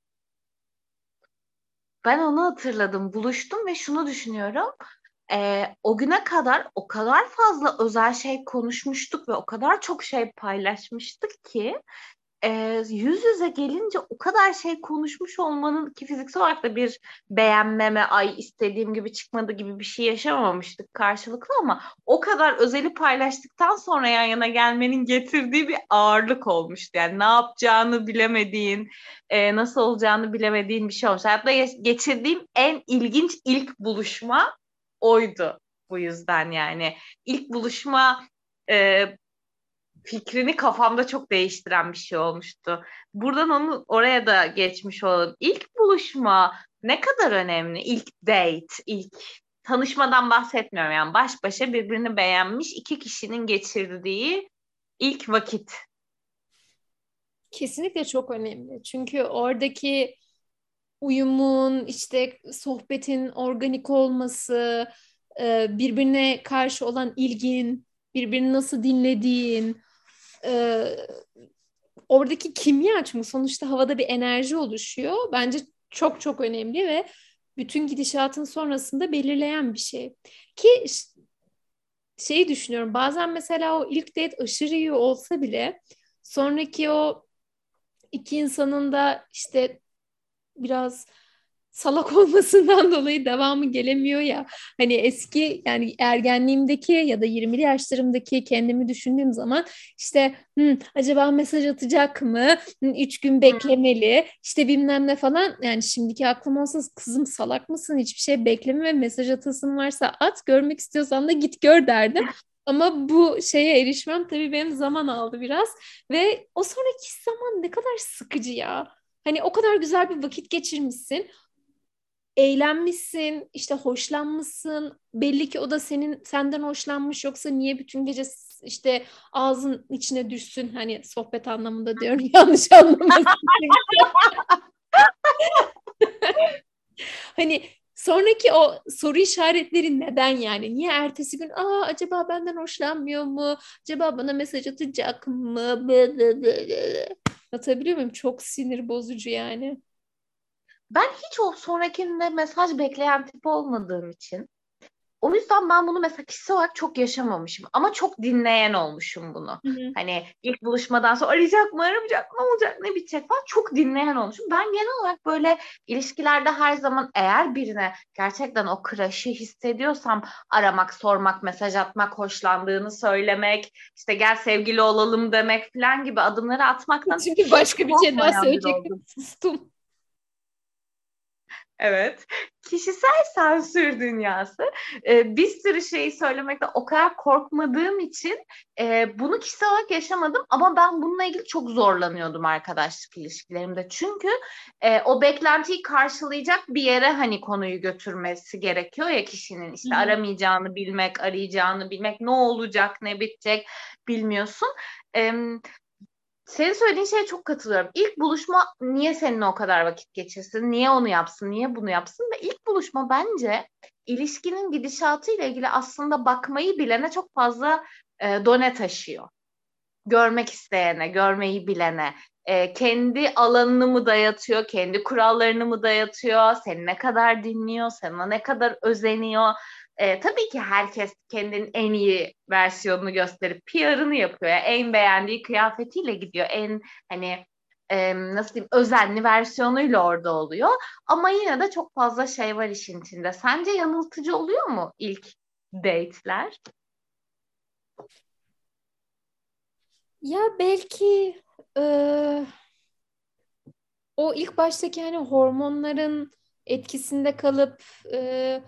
Ben onu hatırladım. Buluştum ve şunu düşünüyorum. O güne kadar o kadar fazla özel şey konuşmuştuk ve o kadar çok şey paylaşmıştık ki yüz yüze gelince o kadar şey konuşmuş olmanın, ki fiziksel olarak da bir beğenmeme, ay istediğim gibi çıkmadı gibi bir şey yaşamamıştık karşılıklı, ama o kadar özeli paylaştıktan sonra yan yana gelmenin getirdiği bir ağırlık olmuştu. Yani ne yapacağını bilemediğin, nasıl olacağını bilemediğin bir şey olmuş. Hayatta geçirdiğim en ilginç ilk buluşma oydu bu yüzden yani. İlk buluşma e, fikrini kafamda çok değiştiren bir şey olmuştu. Buradan onu oraya da geçmiş olalım. İlk buluşma ne kadar önemli? İlk date, ilk tanışmadan bahsetmiyorum, yani baş başa birbirini beğenmiş iki kişinin geçirdiği ilk vakit. Kesinlikle çok önemli. Çünkü oradaki uyumun, işte sohbetin organik olması, birbirine karşı olan ilgin, birbirini nasıl dinlediğin, e, oradaki kimya, çünkü sonuçta havada bir enerji oluşuyor. Bence çok çok önemli ve bütün gidişatın sonrasında belirleyen bir şey. Ki şeyi düşünüyorum, bazen mesela o ilk date aşırı iyi olsa bile sonraki o iki insanın da işte biraz salak olmasından dolayı devamı gelemiyor ya. Hani eski, yani ergenliğimdeki ya da 20'li yaşlarımdaki kendimi düşündüğüm zaman işte acaba mesaj atacak mı? 3 gün beklemeli. İşte bilmem ne falan. Yani şimdiki aklım olsa, kızım salak mısın? Hiçbir şey bekleme ve mesaj atasın varsa at. Görmek istiyorsan da git gör derdim. Ama bu şeye erişmem tabii benim zaman aldı biraz. Ve o sonraki zaman ne kadar sıkıcı ya. Hani o kadar güzel bir vakit geçirmişsin, eğlenmişsin, işte hoşlanmışsın. Belli ki o da senden hoşlanmış. Yoksa niye bütün gece işte ağzın içine düşsün? Hani sohbet anlamında diyorum, yanlış anlamasın. Hani sonraki o soru işaretleri neden yani? Niye ertesi gün acaba benden hoşlanmıyor mu? Acaba bana mesaj atacak mı? Atabiliyor muyum? Çok sinir bozucu yani. Ben hiç o sonrakinde mesaj bekleyen tip olmadığım için, o yüzden ben bunu mesela kişisel olarak çok yaşamamışım. Ama çok dinleyen olmuşum bunu. Hı hı. Hani ilk buluşmadan sonra arayacak mı, aramayacak mı, ne olacak, ne bitecek falan, çok dinleyen olmuşum. Ben genel olarak böyle ilişkilerde her zaman, eğer birine gerçekten o crush'ı hissediyorsam, aramak, sormak, mesaj atmak, hoşlandığını söylemek, işte gel sevgili olalım demek falan gibi adımları atmaktan Çünkü hiç başka bir şey daha korkmayan biri söyleyecektim. oldum. Sustum. Evet. Kişisel sansür dünyası. Bir sürü şeyi söylemekte o kadar korkmadığım için bunu kişisel olarak yaşamadım, ama ben bununla ilgili çok zorlanıyordum arkadaşlık ilişkilerimde. Çünkü o beklentiyi karşılayacak bir yere hani konuyu götürmesi gerekiyor ya kişinin. Hı İşte hı. aramayacağını bilmek, arayacağını bilmek, ne olacak, ne bitecek bilmiyorsun. Senin söylediğin şeye çok katılıyorum. İlk buluşma niye seninle o kadar vakit geçirsin? Niye onu yapsın? Niye bunu yapsın? Ve ilk buluşma bence ilişkinin gidişatıyla ilgili aslında bakmayı bilene çok fazla done taşıyor. görmek isteyene, görmeyi bilene, kendi alanını mı dayatıyor, kendi kurallarını mı dayatıyor, seni ne kadar dinliyor, sana ne kadar özeniyor. Tabii ki herkes kendinin en iyi versiyonunu gösterip PR'ını yapıyor. Yani en beğendiği kıyafetiyle gidiyor. En hani nasıl diyeyim özenli versiyonuyla orada oluyor. Ama yine de çok fazla şey var işin içinde. Sence yanıltıcı oluyor mu ilk date'ler? Ya belki e, o ilk baştaki hani hormonların etkisinde kalıp e,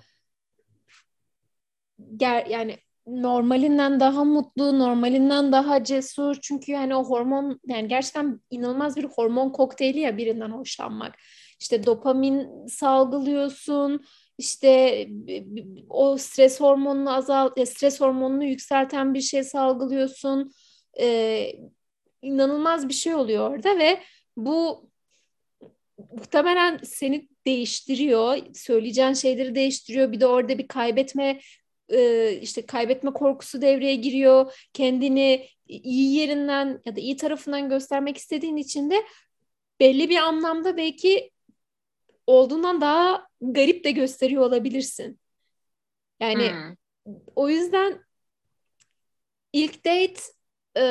yani normalinden daha mutlu, normalinden daha cesur. Çünkü yani o hormon yani gerçekten inanılmaz bir hormon kokteyli ya birinden hoşlanmak. İşte dopamin salgılıyorsun. İşte o stres hormonunu stres hormonunu yükselten bir şey salgılıyorsun. Ee, inanılmaz bir şey oluyor orada ve bu muhtemelen seni değiştiriyor, söyleyeceğin şeyleri değiştiriyor. Bir de orada bir işte kaybetme korkusu devreye giriyor. Kendini iyi yerinden ya da iyi tarafından göstermek istediğin için de belli bir anlamda belki olduğundan daha garip de gösteriyor olabilirsin. Yani Hmm. o yüzden ilk date e,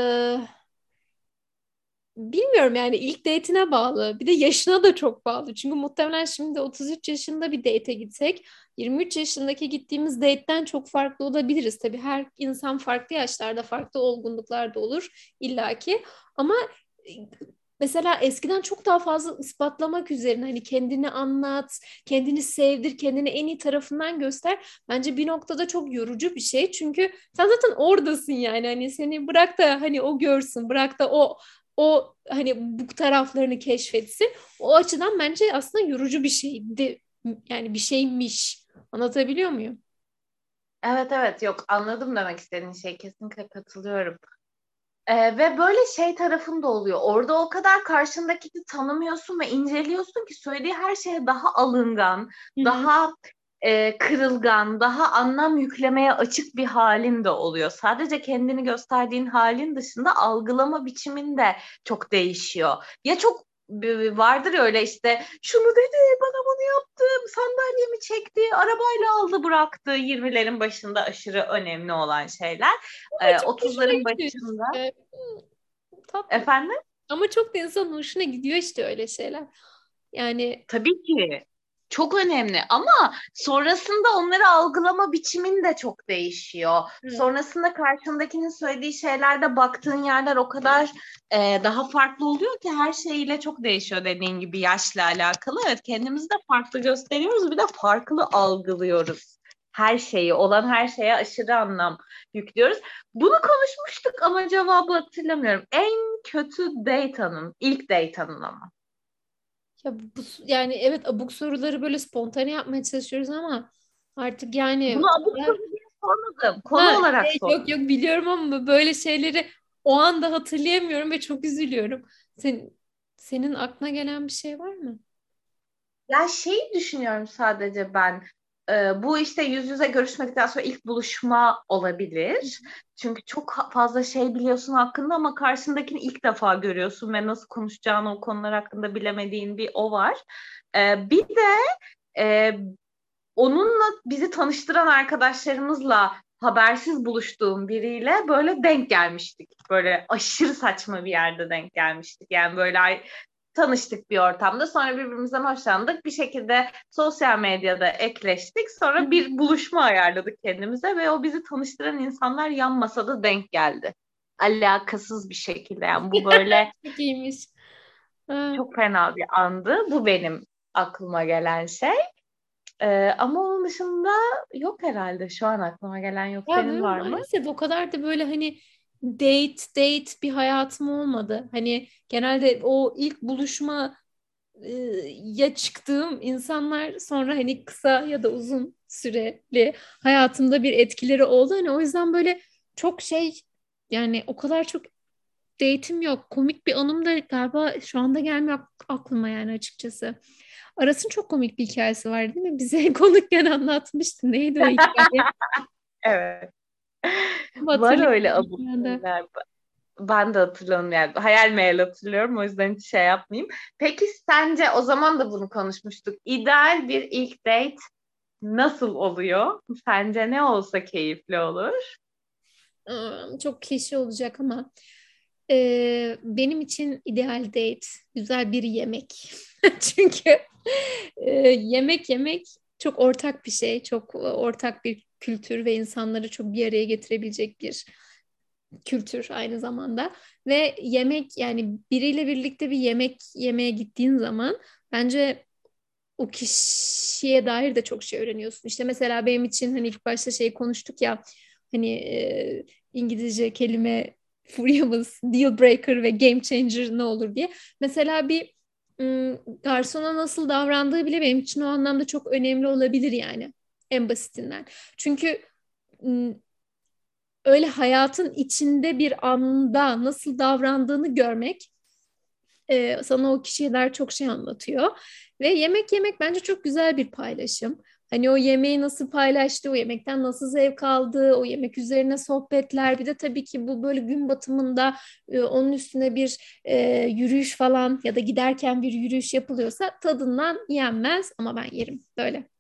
bilmiyorum yani ilk date'ine bağlı. Bir de yaşına da çok bağlı. Çünkü muhtemelen şimdi 33 yaşında bir date'e gitsek 23 yaşındaki gittiğimiz date'den çok farklı olabiliriz. Tabii her insan farklı yaşlarda, farklı olgunluklarda olur illaki. Ama e, mesela eskiden çok daha fazla ispatlamak üzerine hani kendini anlat, kendini sevdir, kendini en iyi tarafından göster. Bence bir noktada çok yorucu bir şey. Çünkü sen zaten oradasın yani. Hani seni bırak da hani o görsün, bırak da o hani bu taraflarını keşfetsin. O açıdan bence aslında yorucu bir şeydi. Yani bir şeymiş. Anlatabiliyor muyum? Evet, evet, yok, anladım demek istediğin şey, kesinlikle katılıyorum. Ve böyle şey tarafında oluyor. Orada o kadar karşındakini tanımıyorsun ve inceliyorsun ki söylediği her şeye daha alıngan, Hı hı. daha kırılgan, daha anlam yüklemeye açık bir halin de oluyor. Sadece kendini gösterdiğin halin dışında algılama biçimin de çok değişiyor. Ya çok vardır ya öyle işte şunu dedi bana bunu yaptı sandalyemi çekti arabayla aldı bıraktı 20'lerin başında aşırı önemli olan şeyler. Ama çok hoşuna 30'ların gidiyor başında işte. Tatlı. efendim. Ama çok da insanın hoşuna gidiyor işte öyle şeyler. Yani Tabii ki. Çok önemli ama sonrasında onları algılama biçimin de çok değişiyor. evet. Sonrasında karşındakinin söylediği şeylerde baktığın yerler o kadar daha farklı oluyor ki her şeyiyle çok değişiyor dediğin gibi yaşla alakalı. Evet, kendimizi de farklı gösteriyoruz, bir de farklı algılıyoruz. Her şeyi, olan her şeye aşırı anlam yüklüyoruz. Bunu konuşmuştuk ama cevabı hatırlamıyorum. En kötü date anın, ilk date anın ama. Ya yani evet abuk soruları böyle spontane yapmaya çalışıyoruz ama artık yani Bunu abuk sabuk diye sormadım. Konu ha, olarak yok sordum. yok biliyorum ama böyle şeyleri o anda hatırlayamıyorum ve çok üzülüyorum. Senin aklına gelen bir şey var mı? Ya şeyi düşünüyorum sadece ben. Bu işte yüz yüze görüşmedikten sonra ilk buluşma olabilir. Çünkü çok fazla şey biliyorsun hakkında ama karşındakini ilk defa görüyorsun ve nasıl konuşacağını o konular hakkında bilemediğin bir o var. Bir de e, onunla bizi tanıştıran arkadaşlarımızla habersiz buluştuğum biriyle böyle denk gelmiştik. Böyle aşırı saçma bir yerde denk gelmiştik. Yani böyle tanıştık bir ortamda. Sonra birbirimizden hoşlandık. Bir şekilde sosyal medyada ekleştik. Sonra bir buluşma ayarladık kendimize ve o bizi tanıştıran insanlar yan masada denk geldi. Alakasız bir şekilde. Yani bu böyle Çok iyiymiş. Ha. çok fena bir andı. Bu benim aklıma gelen şey. Ama onun dışında yok herhalde. Şu an aklıma gelen yok. Ya Senin benim var mı? maalesef o kadar da böyle hani date bir hayatım olmadı. Hani genelde o ilk buluşma e, ya çıktığım insanlar sonra hani kısa ya da uzun süreli hayatımda bir etkileri oldu. Hani o yüzden böyle çok şey yani o kadar çok date'im yok. Komik bir anım da galiba şu anda gelmiyor aklıma yani açıkçası. Aras'ın çok komik bir hikayesi var değil mi? Bize konukken anlatmıştı. Neydi o hikaye? Evet. Var öyle Hatırlayamadım abuk şu anda. şeyler. Ben de hatırlıyorum yani. Hayal meyal hatırlıyorum. O yüzden hiç şey yapmayayım. Peki sence o zaman da bunu konuşmuştuk. İdeal bir ilk date nasıl oluyor? Sence ne olsa keyifli olur? Çok klişe olacak ama benim için ideal date güzel bir yemek. Çünkü yemek yemek çok ortak bir şey, çok ortak bir kültür ve insanları çok bir araya getirebilecek bir kültür aynı zamanda. Ve yemek yani biriyle birlikte bir yemek yemeye gittiğin zaman bence o kişiye dair de çok şey öğreniyorsun. İşte mesela benim için hani ilk başta şey konuştuk ya hani İngilizce kelime furyamız deal breaker ve game changer ne olur diye. Mesela bir garsona nasıl davrandığı bile benim için o anlamda çok önemli olabilir yani en basitinden. Çünkü m, öyle hayatın içinde bir anda nasıl davrandığını görmek sana o kişiye dair çok şey anlatıyor. Ve yemek yemek bence çok güzel bir paylaşım. Hani o yemeği nasıl paylaştı, o yemekten nasıl zevk aldı, o yemek üzerine sohbetler. Bir de tabii ki bu böyle gün batımında onun üstüne bir yürüyüş falan ya da giderken bir yürüyüş yapılıyorsa tadından yenmez ama ben yerim böyle.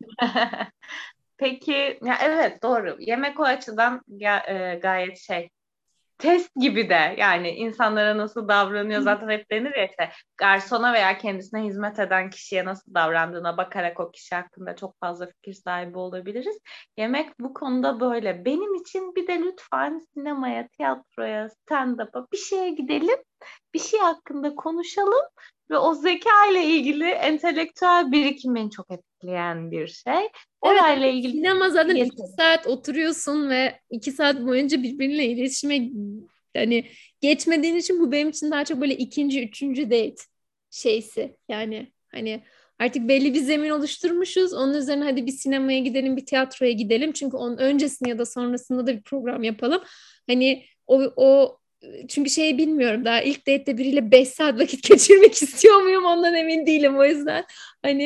Peki ya evet doğru. Yemek o açıdan gayet şey test gibi de yani insanlara nasıl davranıyor zaten hep denir ya işte garsona veya kendisine hizmet eden kişiye nasıl davrandığına bakarak o kişi hakkında çok fazla fikir sahibi olabiliriz. Yemek bu konuda böyle. Benim için bir de lütfen sinemaya, tiyatroya, stand-up'a bir şeye gidelim, bir şey hakkında konuşalım ve o zeka ile ilgili entelektüel birikim beni çok etkileyen bir şey. Evet, Orayla evet. ilgili Sinema zaten iki yeterim. saat oturuyorsun ve 2 saat boyunca birbiriyle iletişime hani geçmediğin için bu benim için daha çok böyle ikinci, üçüncü date şeysi. Yani hani artık belli bir zemin oluşturmuşuz. Onun üzerine hadi bir sinemaya gidelim, bir tiyatroya gidelim. Çünkü onun öncesinde ya da sonrasında da bir program yapalım. Hani o çünkü şeyi bilmiyorum daha ilk date'te biriyle 5 saat vakit geçirmek istiyor muyum ondan emin değilim o yüzden. Hani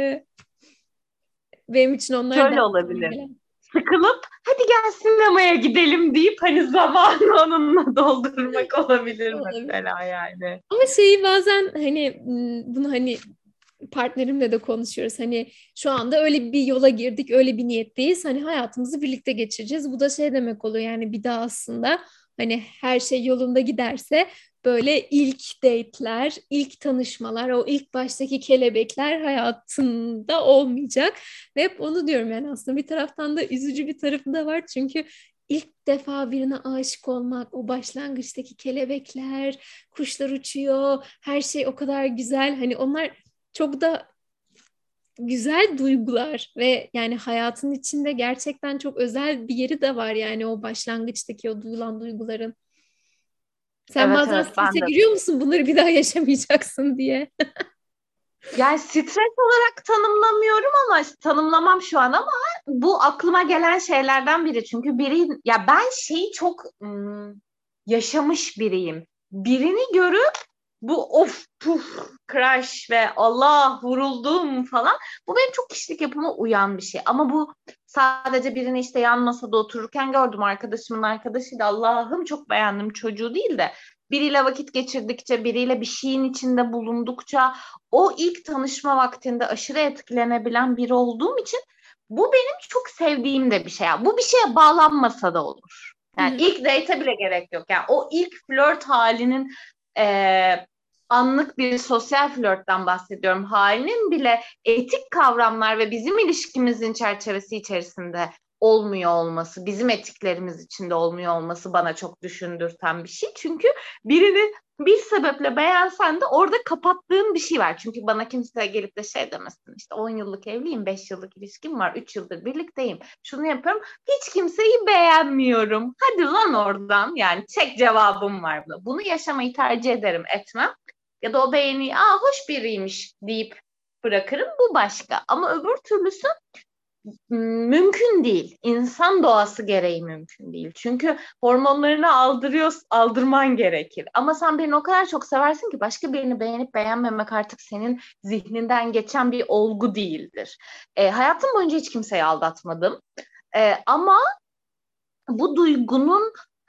benim için onlar Şöyle da olabilir. Sıkılıp hadi gel sinemaya gidelim deyip hani zamanı onunla doldurmak olabilir olabilir. mesela yani. Ama şeyi bazen hani bunu hani partnerimle de konuşuyoruz. Hani şu anda öyle bir yola girdik, öyle bir niyetteyiz. Hani hayatımızı birlikte geçireceğiz. Bu da şey demek oluyor yani bir daha aslında hani her şey yolunda giderse böyle ilk date'ler, ilk tanışmalar, o ilk baştaki kelebekler hayatında olmayacak. Ve hep onu diyorum yani aslında bir taraftan da üzücü bir tarafı da var. Çünkü ilk defa birine aşık olmak, o başlangıçtaki kelebekler, kuşlar uçuyor, her şey o kadar güzel. Hani onlar çok da güzel duygular ve yani hayatın içinde gerçekten çok özel bir yeri de var yani o başlangıçtaki o duyulan duyguların. Sen Evet bazen evet strese ben de. giriyor musun bunları bir daha yaşamayacaksın diye? Yani stres olarak tanımlamıyorum ama tanımlamam şu an ama bu aklıma gelen şeylerden biri. Çünkü biri ya ben şeyi çok yaşamış biriyim. Birini görüp bu of puf crash ve Allah vuruldum falan. Bu benim çok kişilik yapıma uyan bir şey. Ama bu sadece birini işte yan masada otururken gördüm arkadaşımın arkadaşıydı. Allah'ım çok beğendim çocuğu değil de biriyle vakit geçirdikçe, biriyle bir şeyin içinde bulundukça o ilk tanışma vaktinde aşırı etkilenebilen biri olduğum için bu benim çok sevdiğim de bir şey. Yani bu bir şeye bağlanmasa da olur. Hı Yani hı. ilk date'e bile gerek yok. Yani o ilk flört halinin e, anlık bir sosyal flörtten bahsediyorum. Halinin bile etik kavramlar ve bizim ilişkimizin çerçevesi içerisinde olmuyor olması, bizim etiklerimiz içinde olmuyor olması bana çok düşündürten bir şey. Çünkü birini bir sebeple beğensen de orada kapattığın bir şey var. Çünkü bana kimse gelip de şey demesin. İşte 10 yıllık evliyim, 5 yıllık ilişkim var, 3 yıldır birlikteyim. Şunu yapıyorum. Hiç kimseyi beğenmiyorum. Hadi lan oradan. Yani tek cevabım var buna. Bunu yaşamayı tercih ederim, etmem. Ya da o beğeni, hoş biriymiş deyip bırakırım. Bu başka. Ama öbür türlüsü mümkün değil. İnsan doğası gereği mümkün değil. Çünkü hormonlarını aldırman gerekir. Ama sen birini o kadar çok seversin ki başka birini beğenip beğenmemek artık senin zihninden geçen bir olgu değildir. Hayatım boyunca hiç kimseyi aldatmadım. Ama bu duygunun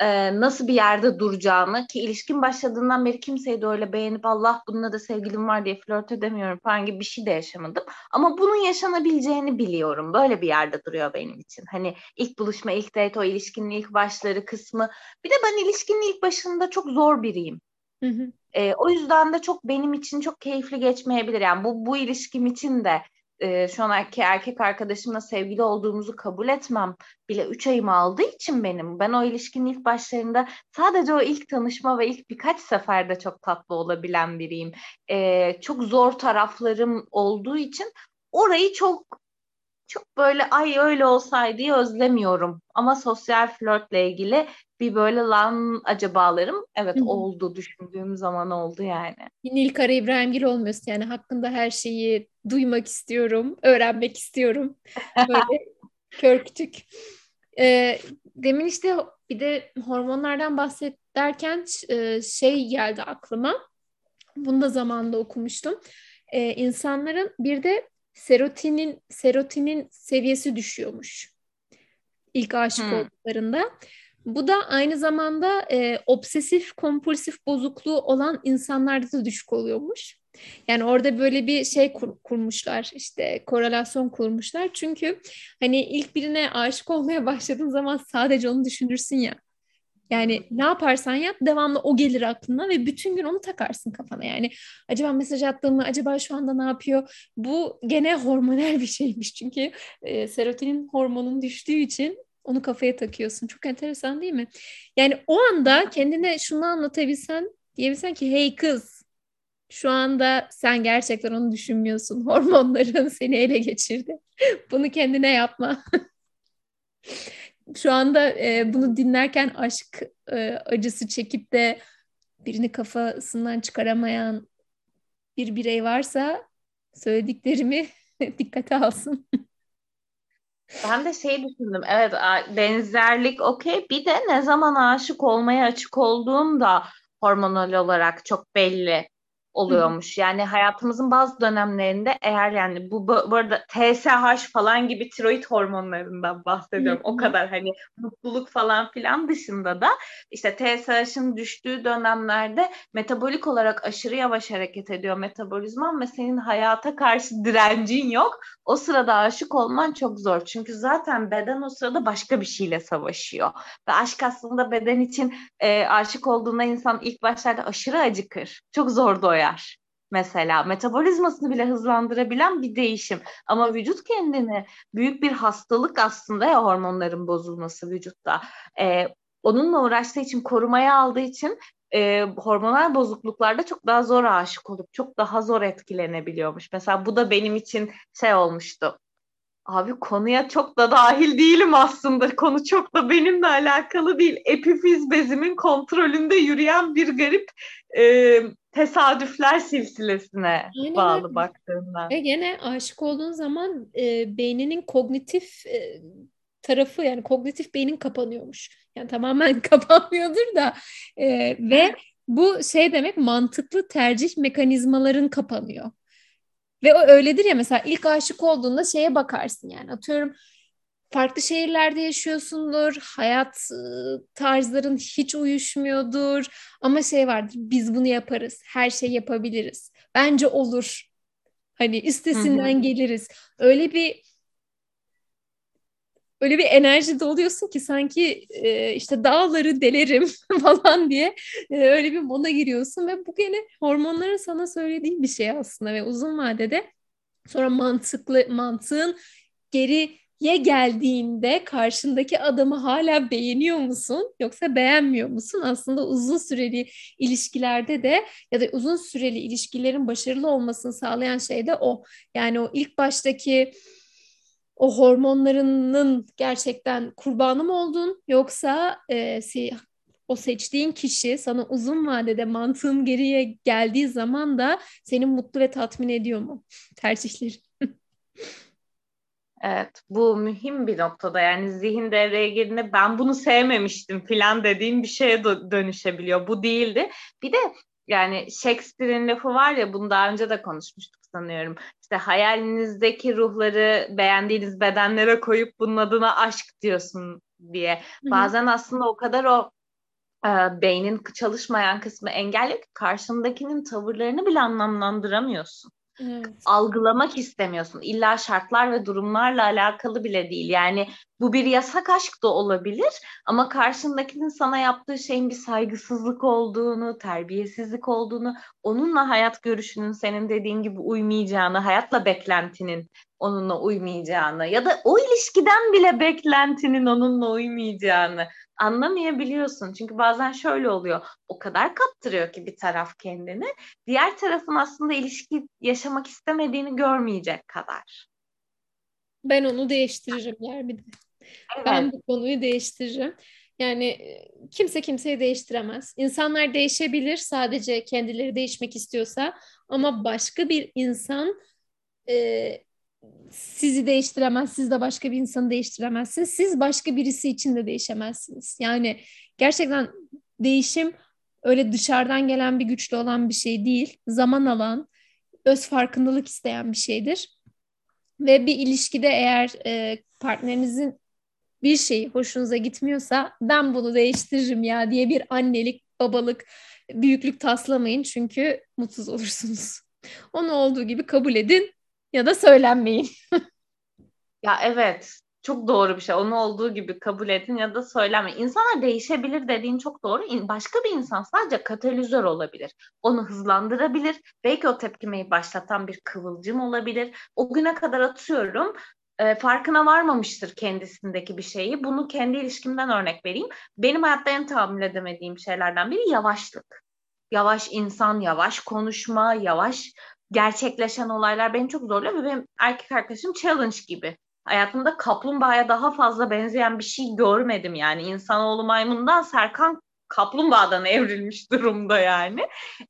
nasıl bir yerde duracağını, ki ilişkin başladığından beri kimseyi de öyle beğenip Allah bununla da sevgilim var diye flört edemiyorum falan gibi bir şey de yaşamadım. Ama bunun yaşanabileceğini biliyorum. Böyle bir yerde duruyor benim için. Hani ilk buluşma, ilk date, o ilişkinin ilk başları kısmı. Bir de ben ilişkinin ilk başında çok zor biriyim. Hı hı. O yüzden de çok benim için çok keyifli geçmeyebilir. Yani bu ilişkim için de şu anki erkek arkadaşımla sevgili olduğumuzu kabul etmem bile 3 ayımı aldığı için ben o ilişkinin ilk başlarında sadece o ilk tanışma ve ilk birkaç seferde çok tatlı olabilen biriyim. Çok zor taraflarım olduğu için orayı çok böyle ay öyle olsaydı özlemiyorum. Ama sosyal flörtle ilgili bir böyle lan acabalarım Hı evet hı. oldu, düşündüğüm zaman oldu yani. Nilkara İbrahimgil olmuyorsun yani hakkında her şeyi duymak istiyorum, öğrenmek istiyorum. Böyle kör kütük. Demin işte bir de hormonlardan bahsederken şey geldi aklıma. Bunu da zamanında okumuştum. İnsanların bir de serotinin seviyesi düşüyormuş ilk aşık Hmm. olduklarında. Bu da aynı zamanda obsesif kompulsif bozukluğu olan insanlarda da düşük oluyormuş. Yani orada böyle bir şey kurmuşlar, işte korelasyon kurmuşlar. Çünkü hani ilk birine aşık olmaya başladığın zaman sadece onu düşünürsün ya. Yani ne yaparsan yap devamlı o gelir aklına ve bütün gün onu takarsın kafana. Yani acaba mesaj attığımı, acaba şu anda ne yapıyor? Bu gene hormonal bir şeymiş çünkü serotonin hormonun düştüğü için onu kafaya takıyorsun. Çok enteresan değil mi? Yani o anda kendine şunu anlatabilsen, diyebilsen ki hey kız, şu anda sen gerçekten onu düşünmüyorsun. Hormonların seni ele geçirdi. Bunu kendine yapma. Şu anda bunu dinlerken aşk acısı çekip de birini kafasından çıkaramayan bir birey varsa söylediklerimi dikkate alsın. Ben de şey düşündüm. Evet, benzerlik okey. Bir de ne zaman aşık olmaya açık olduğum da hormonal olarak çok belli oluyormuş. Yani hayatımızın bazı dönemlerinde eğer yani bu arada TSH falan gibi tiroid hormonlarından bahsediyorum. O kadar hani mutluluk falan filan dışında da işte TSH'ın düştüğü dönemlerde metabolik olarak aşırı yavaş hareket ediyor metabolizman ve senin hayata karşı direncin yok. O sırada aşık olman çok zor. Çünkü zaten beden o sırada başka bir şeyle savaşıyor. Ve aşk aslında beden için aşık olduğunda insan ilk başlarda aşırı acıkır. Çok zor doyar. Mesela metabolizmasını bile hızlandırabilen bir değişim. Ama vücut kendini büyük bir hastalık aslında ya hormonların bozulması vücutta. Onunla uğraştığı için korumaya aldığı için hormonal bozukluklarda çok daha zor aşık olup çok daha zor etkilenebiliyormuş. Mesela bu da benim için şey olmuştu. Abi konuya çok da dahil değilim aslında. Konu çok da benimle alakalı değil. Epifiz bezimin kontrolünde yürüyen bir garip tesadüfler silsilesine Aynen bağlı öyle. baktığımda. Ve gene aşık olduğun zaman beyninin kognitif tarafı yani kognitif beynin kapanıyormuş. Yani tamamen kapanmıyordur da ve bu şey demek mantıklı tercih mekanizmaların kapanıyor. Ve o öyledir ya mesela ilk aşık olduğunda şeye bakarsın yani atıyorum farklı şehirlerde yaşıyorsundur, hayat tarzların hiç uyuşmuyordur ama şey vardır biz bunu yaparız, her şey yapabiliriz. Bence olur. Hani Hı hı. üstesinden geliriz. Öyle bir enerji doluyorsun ki sanki işte dağları delerim falan diye öyle bir moda giriyorsun ve bu gene hormonların sana söylediği bir şey aslında ve uzun vadede sonra mantığın geriye geldiğinde karşındaki adamı hala beğeniyor musun yoksa beğenmiyor musun? Aslında uzun süreli ilişkilerde de ya da uzun süreli ilişkilerin başarılı olmasını sağlayan şey de o. Yani o ilk baştaki o hormonlarının gerçekten kurbanı mı oldun yoksa o seçtiğin kişi sana uzun vadede mantığın geriye geldiği zaman da seni mutlu ve tatmin ediyor mu tercihleri? Evet, bu mühim bir noktada yani zihin devreye girdiğinde ben bunu sevmemiştim filan dediğim bir şeye dönüşebiliyor. Bu değildi. Bir de yani Shakespeare'in lafı var ya bunu daha önce de konuşmuştuk sanıyorum. İşte hayalinizdeki ruhları beğendiğiniz bedenlere koyup bunun adına aşk diyorsun diye. Hı hı. Bazen aslında o kadar o beynin çalışmayan kısmı engelliyor ki karşındakinin tavırlarını bile anlamlandıramıyorsun. Evet. Algılamak istemiyorsun. İlla şartlar ve durumlarla alakalı bile değil. Yani bu bir yasak aşk da olabilir ama karşındakinin sana yaptığı şeyin bir saygısızlık olduğunu, terbiyesizlik olduğunu, onunla hayat görüşünün senin dediğin gibi uymayacağını, hayatla beklentinin onunla uymayacağını ya da o ilişkiden bile beklentinin onunla uymayacağını anlamayabiliyorsun. Çünkü bazen şöyle oluyor. O kadar kaptırıyor ki bir taraf kendini, diğer tarafın aslında ilişki yaşamak istemediğini görmeyecek kadar. Ben onu değiştiririm bir de. Ben Evet. bu konuyu değiştiririm. Yani kimse kimseyi değiştiremez. İnsanlar değişebilir sadece kendileri değişmek istiyorsa ama başka bir insan e, sizi değiştiremez. Siz de başka bir insanı değiştiremezsiniz. Siz başka birisi için de değişemezsiniz. Yani gerçekten değişim öyle dışarıdan gelen bir güçlü olan bir şey değil. Zaman alan, öz farkındalık isteyen bir şeydir. Ve bir ilişkide eğer partnerinizin bir şey hoşunuza gitmiyorsa ben bunu değiştiririm ya diye bir annelik, babalık, büyüklük taslamayın çünkü mutsuz olursunuz. Onu olduğu gibi kabul edin ya da söylenmeyin. Ya evet. Çok doğru bir şey. Onu olduğu gibi kabul edin ya da söyleme. İnsanlar değişebilir dediğin çok doğru. Başka bir insan sadece katalizör olabilir. Onu hızlandırabilir. Belki o tepkimeyi başlatan bir kıvılcım olabilir. O güne kadar atıyorum farkına varmamıştır kendisindeki bir şeyi. Bunu kendi ilişkimden örnek vereyim. Benim hayatta en tahammül edemediğim şeylerden biri yavaşlık. Yavaş insan, yavaş konuşma, yavaş gerçekleşen olaylar beni çok zorluyor ve benim erkek arkadaşım challenge gibi. Hayatımda kaplumbağaya daha fazla benzeyen bir şey görmedim yani. İnsanoğlu maymundan Serkan kaplumbağadan evrilmiş durumda yani.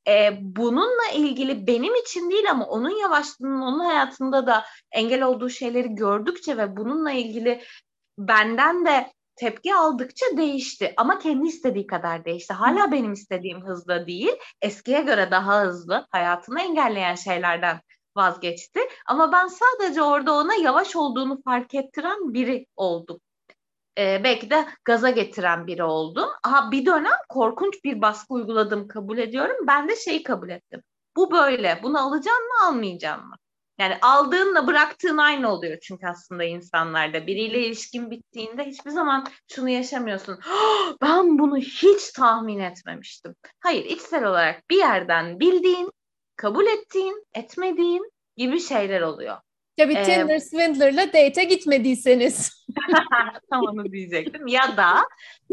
Bununla ilgili benim için değil ama onun yavaşlığının onun hayatında da engel olduğu şeyleri gördükçe ve bununla ilgili benden de tepki aldıkça değişti. Ama kendi istediği kadar değişti. Hala benim istediğim hızda değil. Eskiye göre daha hızlı. Hayatını engelleyen şeylerden vazgeçti. Ama ben sadece orada ona yavaş olduğunu fark ettiren biri oldum. Belki de gaza getiren biri oldum. Aha, bir dönem korkunç bir baskı uyguladım, kabul ediyorum. Ben de şeyi kabul ettim. Bu böyle. Bunu alacaksın mı, almayacaksın mı? Yani aldığınla bıraktığın aynı oluyor çünkü aslında insanlarda. Biriyle ilişkin bittiğinde hiçbir zaman şunu yaşamıyorsun. Ben bunu hiç tahmin etmemiştim. Hayır, içsel olarak bir yerden bildiğin, kabul ettiğin, etmediğin gibi şeyler oluyor. Tabii Ee, Tinder Swindler'la date'e gitmediyseniz. Tam onu diyecektim. Ya da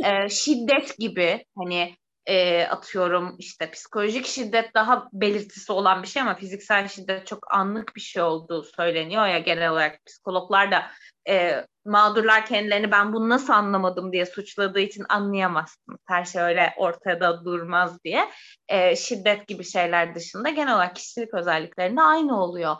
şiddet gibi hani atıyorum işte psikolojik şiddet daha belirtisi olan bir şey ama fiziksel şiddet çok anlık bir şey olduğu söyleniyor ya, genel olarak psikologlar da mağdurlar kendilerini ben bunu nasıl anlamadım diye suçladığı için anlayamazsın. Her şey öyle ortada durmaz diye. Şiddet gibi şeyler dışında genel olarak kişilik özelliklerinde aynı oluyor.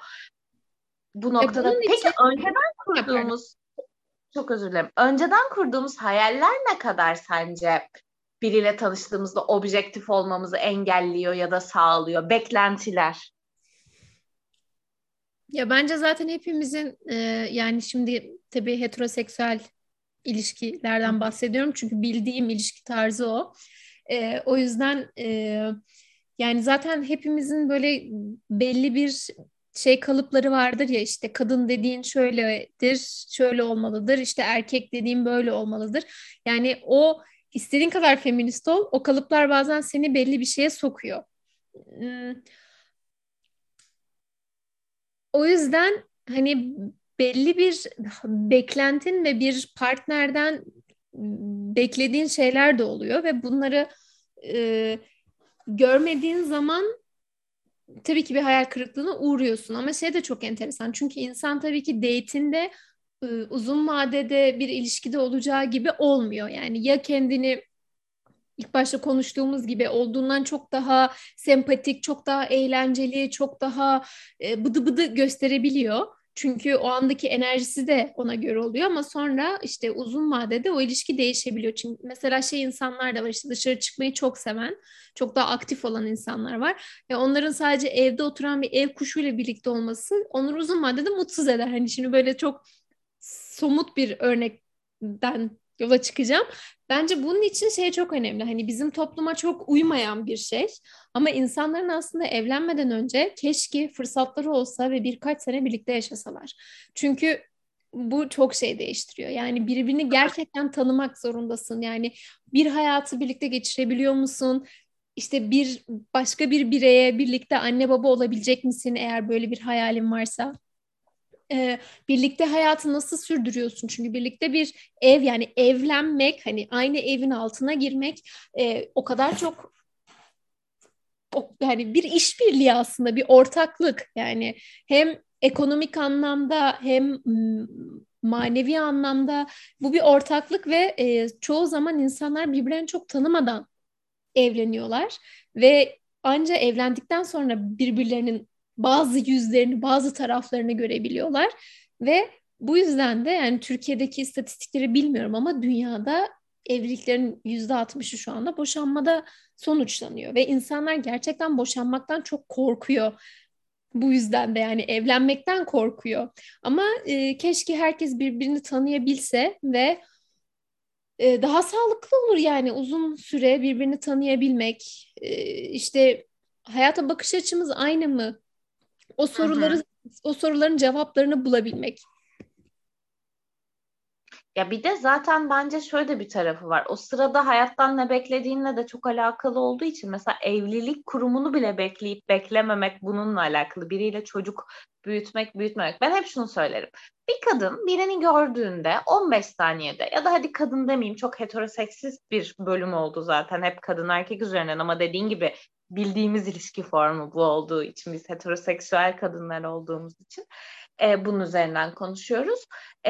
Bu noktada Bunun peki için önceden pardon. kurduğumuz çok özür dilerim. Önceden kurduğumuz hayaller ne kadar sence biriyle tanıştığımızda objektif olmamızı engelliyor ya da sağlıyor? Beklentiler. Ya bence zaten hepimizin yani şimdi tabii heteroseksüel ilişkilerden bahsediyorum çünkü bildiğim ilişki tarzı o. O yüzden yani zaten hepimizin böyle belli bir şey kalıpları vardır ya, işte kadın dediğin şöyledir, şöyle olmalıdır, işte erkek dediğin böyle olmalıdır. Yani o istediğin kadar feminist ol, o kalıplar bazen seni belli bir şeye sokuyor. Hmm, O yüzden hani belli bir beklentin ve bir partnerden beklediğin şeyler de oluyor ve bunları e, görmediğin zaman tabii ki bir hayal kırıklığına uğruyorsun. Ama şey de çok enteresan çünkü insan tabii ki date'inde uzun vadede bir ilişkide olacağı gibi olmuyor. Yani ya kendini ilk başta konuştuğumuz gibi olduğundan çok daha sempatik, çok daha eğlenceli, çok daha bıdı bıdı gösterebiliyor. Çünkü o andaki enerjisi de ona göre oluyor ama sonra işte uzun vadede o ilişki değişebiliyor. Çünkü mesela şey insanlar da var, işte dışarı çıkmayı çok seven, çok daha aktif olan insanlar var. Ve onların sadece evde oturan bir ev kuşuyla birlikte olması onları uzun vadede mutsuz eder. Hani şimdi böyle çok somut bir örnekten yola çıkacağım. Bence bunun için şey çok önemli. Hani bizim topluma çok uymayan bir şey. Ama insanların aslında evlenmeden önce keşke fırsatları olsa ve birkaç sene birlikte yaşasalar. Çünkü bu çok şey değiştiriyor. Yani birbirini gerçekten tanımak zorundasın. Yani bir hayatı birlikte geçirebiliyor musun? İşte bir başka bir bireye birlikte anne baba olabilecek misin eğer böyle bir hayalin varsa? Birlikte hayatı nasıl sürdürüyorsun? Çünkü birlikte bir ev, yani evlenmek, hani aynı evin altına girmek o kadar çok yani bir işbirliği, aslında bir ortaklık, yani hem ekonomik anlamda hem manevi anlamda bu bir ortaklık ve çoğu zaman insanlar birbirlerini çok tanımadan evleniyorlar ve anca evlendikten sonra birbirlerinin bazı yüzlerini, bazı taraflarını görebiliyorlar ve bu yüzden de, yani Türkiye'deki istatistikleri bilmiyorum ama dünyada evliliklerin %60'ı şu anda boşanmada sonuçlanıyor ve insanlar gerçekten boşanmaktan çok korkuyor. Bu yüzden de yani evlenmekten korkuyor. Ama keşke herkes birbirini tanıyabilse ve daha sağlıklı olur, yani uzun süre birbirini tanıyabilmek. İşte hayata bakış açımız aynı mı? O Hı hı. soruları, o soruların cevaplarını bulabilmek. Ya bir de zaten bence şöyle bir tarafı var. O sırada hayattan ne beklediğinle de çok alakalı olduğu için mesela evlilik kurumunu bile bekleyip beklememek bununla alakalı. Biriyle çocuk büyütmek. Ben hep şunu söylerim. Bir kadın birini gördüğünde 15 saniyede ya da hadi kadın demeyeyim, çok heteroseksist bir bölüm oldu zaten. Hep kadın erkek üzerinden ama dediğin gibi bildiğimiz ilişki formu bu olduğu için, biz heteroseksüel kadınlar olduğumuz için bunun üzerinden konuşuyoruz.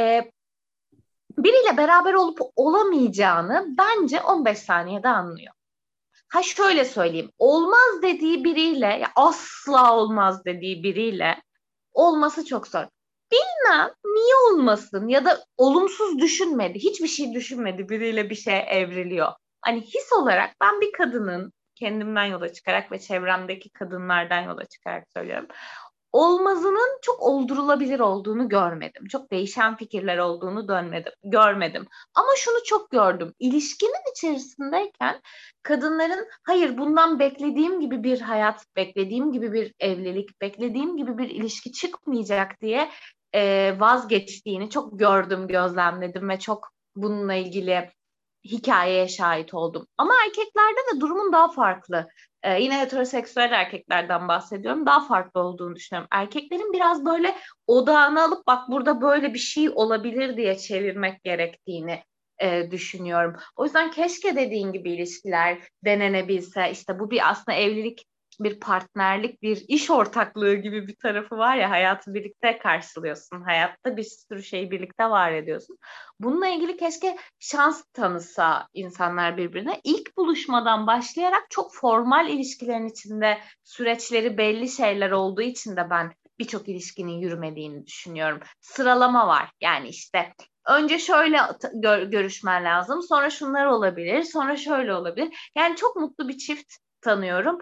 Biriyle beraber olup olamayacağını bence 15 saniyede anlıyor. Ha şöyle söyleyeyim, olmaz dediği biriyle, ya asla olmaz dediği biriyle olması çok zor. Bilmem niye olmasın ya da olumsuz düşünmedi, hiçbir şey düşünmedi, biriyle bir şey evriliyor. Hani his olarak ben bir kadının, kendimden yola çıkarak ve çevremdeki kadınlardan yola çıkarak söylüyorum, olmazının çok oldurulabilir olduğunu görmedim. Çok değişen fikirler olduğunu görmedim. Ama şunu çok gördüm. İlişkinin içerisindeyken kadınların hayır bundan beklediğim gibi bir hayat, beklediğim gibi bir evlilik, beklediğim gibi bir ilişki çıkmayacak diye vazgeçtiğini çok gördüm, gözlemledim ve çok bununla ilgili hikayeye şahit oldum. Ama erkeklerde de durumun daha farklı. Yine heteroseksüel erkeklerden bahsediyorum. Daha farklı olduğunu düşünüyorum. Erkeklerin biraz böyle odağını alıp bak burada böyle bir şey olabilir diye çevirmek gerektiğini düşünüyorum. O yüzden keşke dediğin gibi ilişkiler denenebilse. İşte bu bir aslında evlilik, bir partnerlik, bir iş ortaklığı gibi bir tarafı var ya, hayatı birlikte karşılıyorsun. Hayatta bir sürü şeyi birlikte var ediyorsun. Bununla ilgili keşke şans tanısa insanlar birbirine. İlk buluşmadan başlayarak çok formal ilişkilerin içinde süreçleri belli şeyler olduğu için de ben birçok ilişkinin yürümediğini düşünüyorum. Sıralama var. Yani işte önce şöyle görüşmen lazım, sonra şunlar olabilir, sonra şöyle olabilir. Yani çok mutlu bir çift tanıyorum.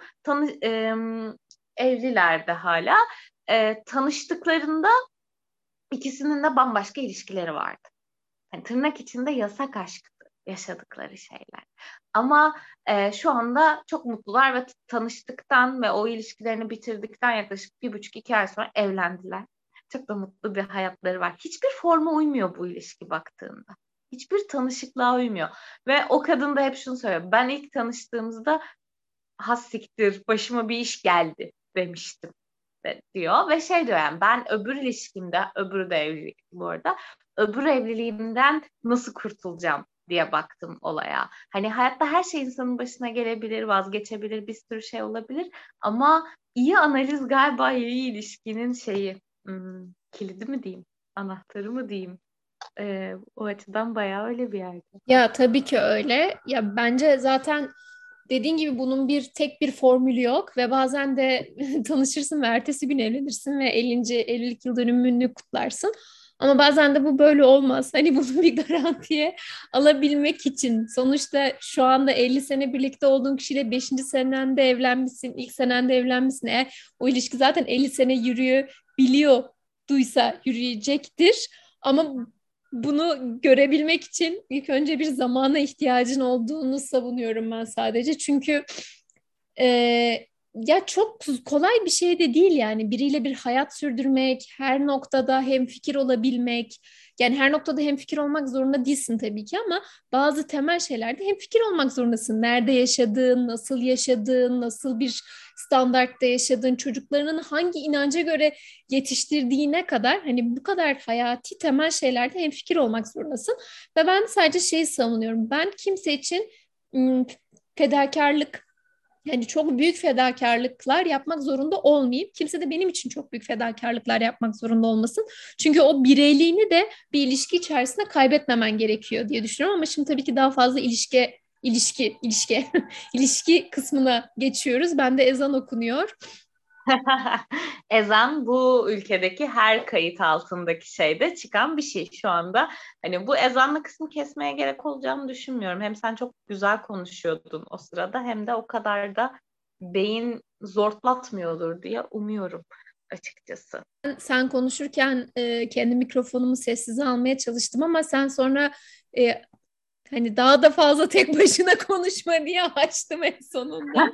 Evliler de hala. Tanıştıklarında ikisinin de bambaşka ilişkileri vardı. Hani tırnak içinde yasak aşk yaşadıkları şeyler. Ama şu anda çok mutlular ve tanıştıktan ve o ilişkilerini bitirdikten yaklaşık 1,5-2 ay sonra evlendiler. Çok da mutlu bir hayatları var. Hiçbir forma uymuyor bu ilişki baktığında. Hiçbir tanışıklığa uymuyor. Ve o kadın da hep şunu söylüyor. Ben ilk tanıştığımızda has siktir başıma bir iş geldi demiştim diyor. Ve şey diyor, yani ben öbür ilişkimde, öbürü de evlilik bu arada, öbür evliliğimden nasıl kurtulacağım diye baktım olaya. Hani hayatta her şey insanın başına gelebilir, vazgeçebilir, bir sürü şey olabilir. Ama iyi analiz galiba iyi ilişkinin şeyi, kilidi mi diyeyim, anahtarı mı diyeyim. O açıdan bayağı öyle bir yerde. Ya tabii ki öyle. Ya bence zaten dediğin gibi bunun tek bir formülü yok ve bazen de tanışırsın ve ertesi gün evlenirsin ve 50. evlilik yıl dönümünü kutlarsın. Ama bazen de bu böyle olmaz. Hani bunu bir garantiye alabilmek için, sonuçta şu anda 50 sene birlikte olduğun kişiyle 5. senende evlenmişsin, ilk senende evlenmişsin. Eğer o ilişki zaten 50 sene yürüyor, biliyor, duysa yürüyecektir. Ama bunu görebilmek için ilk önce bir zamana ihtiyacın olduğunu savunuyorum ben sadece. Çünkü e, ya çok kolay bir şey de değil yani biriyle bir hayat sürdürmek, her noktada hemfikir olabilmek. Yani her noktada hemfikir olmak zorunda değilsin tabii ki ama bazı temel şeylerde hemfikir olmak zorundasın. Nerede yaşadığın, nasıl yaşadığın, nasıl bir standartta yaşadığın, çocuklarının hangi inanca göre yetiştirdiğine kadar hani bu kadar hayati temel şeylerde hemfikir olmak zorundasın. Ve ben sadece şeyi savunuyorum. Ben kimse için fedakarlık yani çok büyük fedakarlıklar yapmak zorunda olmayayım. Kimse de benim için çok büyük fedakarlıklar yapmak zorunda olmasın. Çünkü o bireyliğini de bir ilişki içerisinde kaybetmemen gerekiyor diye düşünüyorum. Ama şimdi tabii ki daha fazla ilişki ilişki kısmına geçiyoruz. Ben de ezan okunuyor. Ezan bu ülkedeki her kayıt altındaki şeyde çıkan bir şey şu anda. Hani bu ezanlı kısmı kesmeye gerek olacağını düşünmüyorum. Hem sen çok güzel konuşuyordun o sırada hem de o kadar da beyin zortlatmıyordur diye umuyorum açıkçası. Sen konuşurken kendi mikrofonumu sessize almaya çalıştım ama sen sonra e, hani daha da fazla tek başına konuşma diye açtım en sonunda.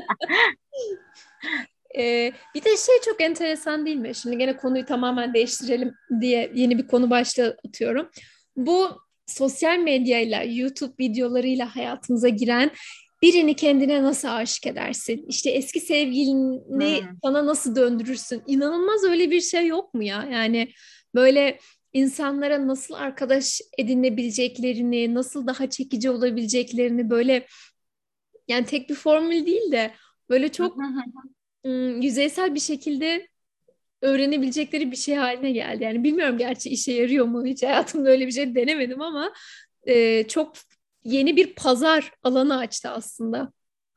Bir de şey çok enteresan değil mi? Şimdi gene konuyu tamamen değiştirelim diye yeni bir konu başlığı atıyorum. Bu sosyal medyayla, YouTube videolarıyla hayatımıza giren birini kendine nasıl aşık edersin? İşte eski sevgilini Hmm. sana nasıl döndürürsün? İnanılmaz öyle bir şey yok mu ya? Yani böyle insanlara nasıl arkadaş edinebileceklerini, nasıl daha çekici olabileceklerini böyle yani tek bir formül değil de böyle çok yüzeysel bir şekilde öğrenebilecekleri bir şey haline geldi. Yani bilmiyorum gerçi işe yarıyor mu? Hiç hayatımda öyle bir şey denemedim ama çok yeni bir pazar alanı açtı aslında.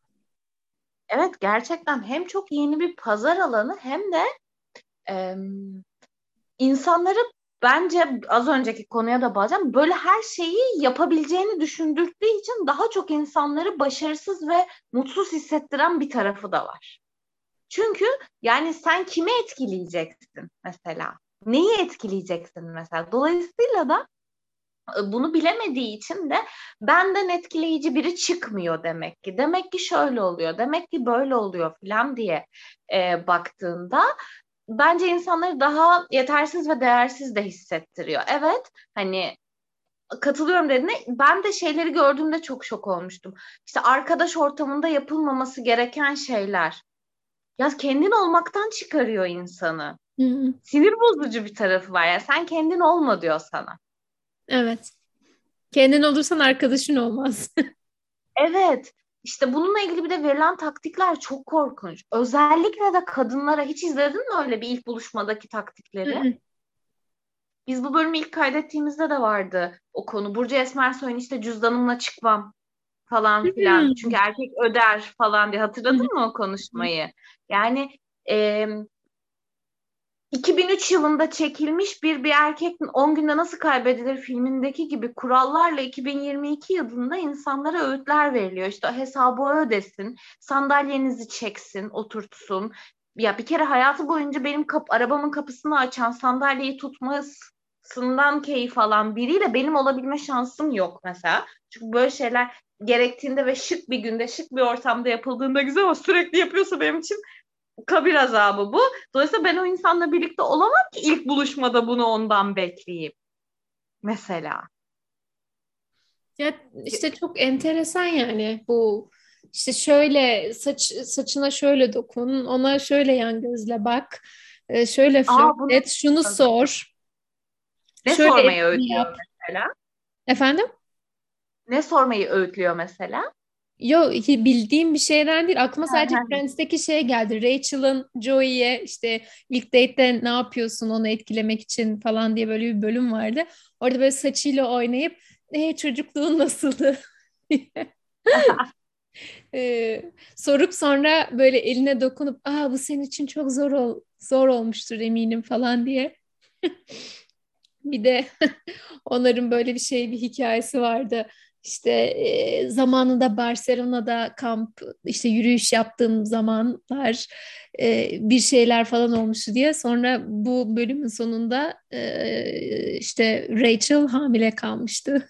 Evet, gerçekten hem çok yeni bir pazar alanı hem de e, insanları bence az önceki konuya da bağlayacağım. Böyle her şeyi yapabileceğini düşündürdüğü için daha çok insanları başarısız ve mutsuz hissettiren bir tarafı da var. Çünkü yani sen kimi etkileyeceksin mesela? Neyi etkileyeceksin mesela? Dolayısıyla da bunu bilemediği için de benden etkileyici biri çıkmıyor demek ki. Demek ki şöyle oluyor, demek ki böyle oluyor falan diye baktığında bence insanları daha yetersiz ve değersiz de hissettiriyor. Evet, hani katılıyorum dediğine ben de şeyleri gördüğümde çok şok olmuştum. İşte arkadaş ortamında yapılmaması gereken şeyler. Ya kendin olmaktan çıkarıyor insanı. Hı hı. Sinir bozucu bir tarafı var ya. Sen kendin olma diyor sana. Evet. Kendin olursan arkadaşın olmaz. Evet. İşte bununla ilgili bir de verilen taktikler çok korkunç. Özellikle de kadınlara hiç izledin mi öyle bir ilk buluşmadaki Hı taktikleri? hı. Biz bu bölümü ilk kaydettiğimizde de vardı o konu. Burcu Esmersoy'un işte cüzdanımla çıkmam falan filan. Çünkü erkek öder falan diye. Hı hı. Hatırladın mı o konuşmayı? Yani e, 2003 yılında çekilmiş bir erkek 10 günde nasıl kaybedilir filmindeki gibi kurallarla 2022 yılında insanlara öğütler veriliyor. İşte hesabı ödesin, sandalyenizi çeksin, oturtsun. Ya bir kere hayatı boyunca benim arabamın kapısını açan, sandalyeyi tutmasından keyif alan biriyle benim olabilme şansım yok mesela. Çünkü böyle şeyler gerektiğinde ve şık bir günde, şık bir ortamda yapıldığında güzel ama sürekli yapıyorsa benim için kabir azabı bu. Dolayısıyla ben o insanla birlikte olamam ki ilk buluşmada bunu ondan bekleyeyim. Mesela. Ya işte çok enteresan yani bu işte şöyle saçına şöyle dokun, ona şöyle yan gözle bak, şöyle flört Aa, bunu et, şunu sor, ne şöyle sormayı espri öğütlüyor yap. mesela? Efendim? Ne sormayı öğütlüyor mesela? Yo bildiğim bir şeyden değil. Aklıma sadece Friends'teki şey geldi. Rachel'ın Joey'e işte ilk date'te ne yapıyorsun onu etkilemek için falan diye böyle bir bölüm vardı. Orada böyle saçıyla oynayıp çocukluğun nasıldı? Sorup sonra böyle eline dokunup bu senin için çok zor olmuştur eminim falan diye. Bir de onların böyle bir hikayesi vardı. İşte zamanında Barcelona'da kamp, işte yürüyüş yaptığım zamanlar bir şeyler falan olmuştu diye. Sonra bu bölümün sonunda işte Rachel hamile kalmıştı.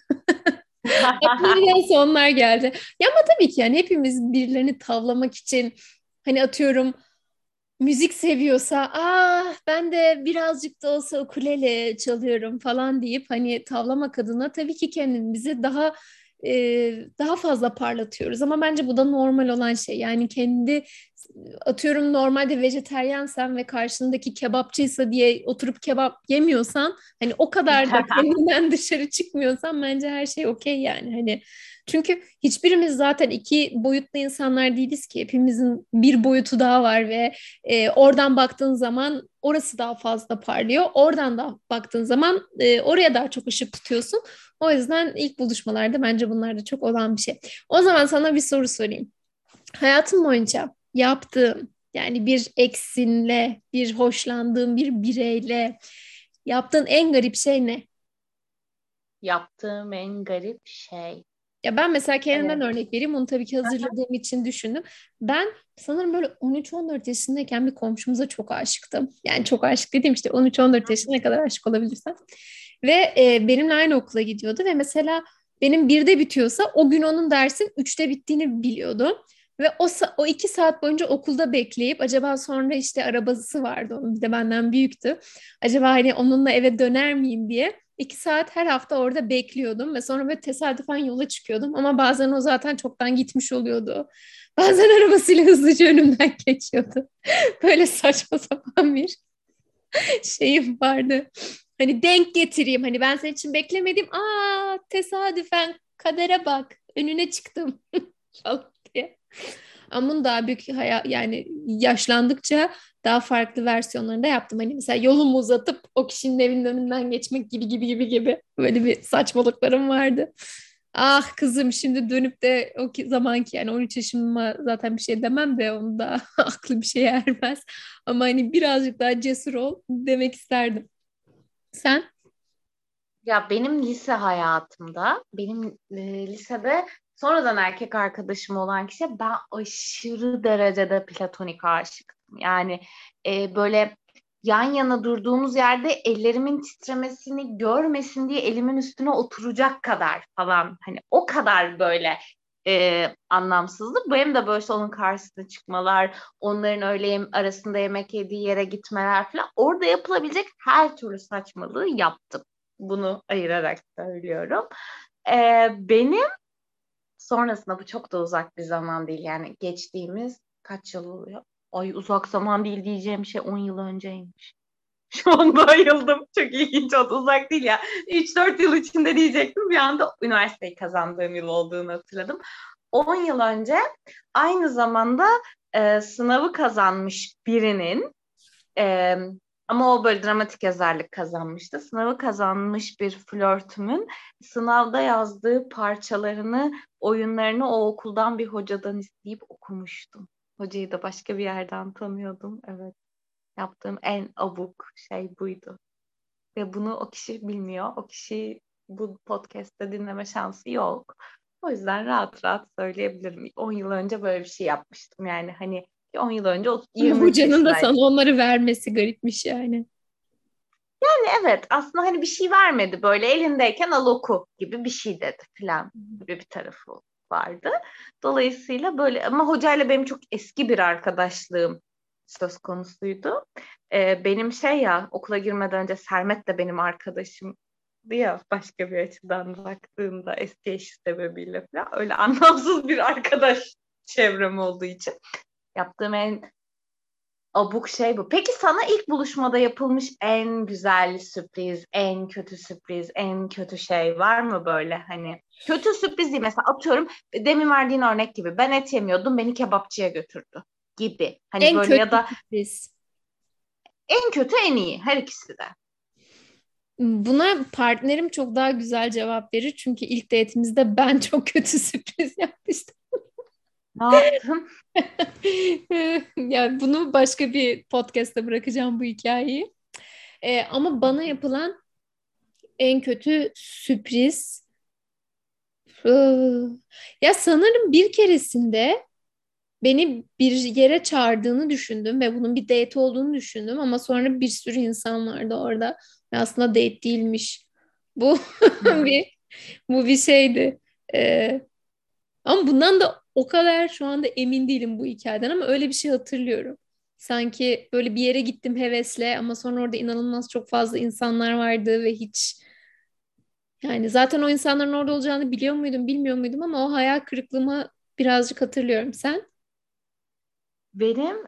Aklıma sonlar geldi. Ya ama tabii ki yani hepimiz birilerini tavlamak için, hani atıyorum, müzik seviyorsa, ben de birazcık da olsa ukulele çalıyorum falan deyip hani tavlamak adına tabii ki kendimizi daha fazla parlatıyoruz. Ama bence bu da normal olan şey. Yani atıyorum, normalde vejeteryansen ve karşındaki kebapçıysa diye oturup kebap yemiyorsan, hani o kadar da kendinden dışarı çıkmıyorsan, bence her şey okey yani. Hani çünkü hiçbirimiz zaten iki boyutlu insanlar değiliz ki. Hepimizin bir boyutu daha var ve oradan baktığın zaman orası daha fazla parlıyor. Oradan da baktığın zaman oraya daha çok ışık tutuyorsun. O yüzden ilk buluşmalarda bence bunlar da çok olan bir şey. O zaman sana bir soru sorayım. Hayatın boyunca yaptığın, yani bir eksinle, bir hoşlandığın bir bireyle yaptığın en garip şey ne? Yaptığım en garip şey. Ya ben mesela kendimden Evet. örnek vereyim. Onu tabii ki hazırladığım için düşündüm. Ben sanırım böyle 13-14 yaşındayken bir komşumuza çok aşıktım. Yani çok aşık dediğim işte 13-14 yaşına ne kadar aşık olabilirsem. Ve benimle aynı okula gidiyordu ve mesela benim birde bitiyorsa o gün onun dersin üçte bittiğini biliyordu. Ve o 2 saat boyunca okulda bekleyip, acaba sonra işte arabası vardı onun, bir de benden büyüktü. Acaba hani onunla eve döner miyim diye 2 saat her hafta orada bekliyordum ve sonra böyle tesadüfen yola çıkıyordum. Ama bazen o zaten çoktan gitmiş oluyordu. Bazen arabasıyla hızlıca önümden geçiyordu. Böyle saçma sapan bir şeyim vardı. Hani denk getireyim. Hani ben senin için beklemedim. Tesadüfen kadere bak. Önüne çıktım falan diye. Ama bunun daha büyük yani yaşlandıkça daha farklı versiyonlarını da yaptım. Hani mesela yolumu uzatıp o kişinin evinin önünden geçmek gibi gibi gibi gibi, böyle bir saçmalıklarım vardı. Ah kızım, şimdi dönüp de zamanki, yani 13 yaşıma zaten bir şey demem de, onu da aklı bir şeye ermez. Ama hani birazcık daha cesur ol demek isterdim. Sen? Ya benim lise hayatımda, benim lisede sonradan erkek arkadaşım olan kişi, ben aşırı derecede platonik aşıktım. Yani böyle yan yana durduğumuz yerde ellerimin titremesini görmesin diye elimin üstüne oturacak kadar falan. Hani o kadar böyle anlamsızdı. Benim de böyle onun karşısına çıkmalar, onların arasında yemek yediği yere gitmeler falan. Orada yapılabilecek her türlü saçmalığı yaptım. Bunu ayırarak söylüyorum. Benim sonrasında, bu çok da uzak bir zaman değil. Yani geçtiğimiz kaç yıl oluyor? Ay, uzak zaman değil diyeceğim şey 10 yıl önceymiş. Şu an bayıldım. Çok ilginç oldu. Uzak değil ya. 3-4 yıl içinde diyecektim. Bir anda üniversiteyi kazandığım yıl olduğunu hatırladım. 10 yıl önce aynı zamanda sınavı kazanmış birinin, ee, ama o böyle dramatik yazarlık kazanmıştı. Sınavı kazanmış bir flörtümün sınavda yazdığı parçalarını, oyunlarını o okuldan bir hocadan isteyip okumuştum. Hocayı da başka bir yerden tanıyordum. Evet. Yaptığım en abuk şey buydu. Ve bunu o kişi bilmiyor. O kişi bu podcast'te dinleme şansı yok. O yüzden rahat rahat söyleyebilirim. 10 yıl önce böyle bir şey yapmıştım. Yani hani 10 yıl önce Ama 23 hocanın da sana yaşındaydım. onları vermesi garipmiş yani. Evet, aslında hani bir şey vermedi, böyle elindeyken al oku gibi bir şey dedi falan gibi bir tarafı vardı. Dolayısıyla böyle, ama hocayla benim çok eski bir arkadaşlığım söz konusuydu. Benim şey, ya okula girmeden önce Sermet de benim arkadaşım ya, başka bir açıdan baktığımda eski eşi sebebiyle falan, öyle anlamsız bir arkadaş çevrem olduğu için yaptığım en abuk şey bu. Peki sana ilk buluşmada yapılmış en güzel sürpriz, en kötü sürpriz, en kötü şey var mı böyle hani? Kötü sürpriz değil, mesela atıyorum demin verdiğin örnek gibi, ben et yemiyordum, beni kebapçıya götürdü gibi. Hani En böyle, kötü ya da sürpriz. en kötü en iyi, her ikisi de. Buna partnerim çok daha güzel cevap verir. Çünkü ilk date'imizde ben çok kötü sürpriz yapmıştım. Ne yaptın? Yani bunu başka bir podcast'ta bırakacağım, bu hikayeyi. Ama bana yapılan en kötü sürpriz. Iı, Ya sanırım bir keresinde beni bir yere çağırdığını düşündüm ve bunun bir date olduğunu düşündüm ama sonra bir sürü insan vardı orada ve aslında date değilmiş. Bu bir bu bir şeydi. Ee, Ama bundan da o kadar şu anda emin değilim bu hikayeden ama öyle bir şey hatırlıyorum. Sanki böyle bir yere gittim hevesle ama sonra orada inanılmaz çok fazla insanlar vardı ve hiç yani zaten o insanların orada olacağını biliyor muydum bilmiyor muydum ama o hayal kırıklığımı birazcık hatırlıyorum. Sen? Benim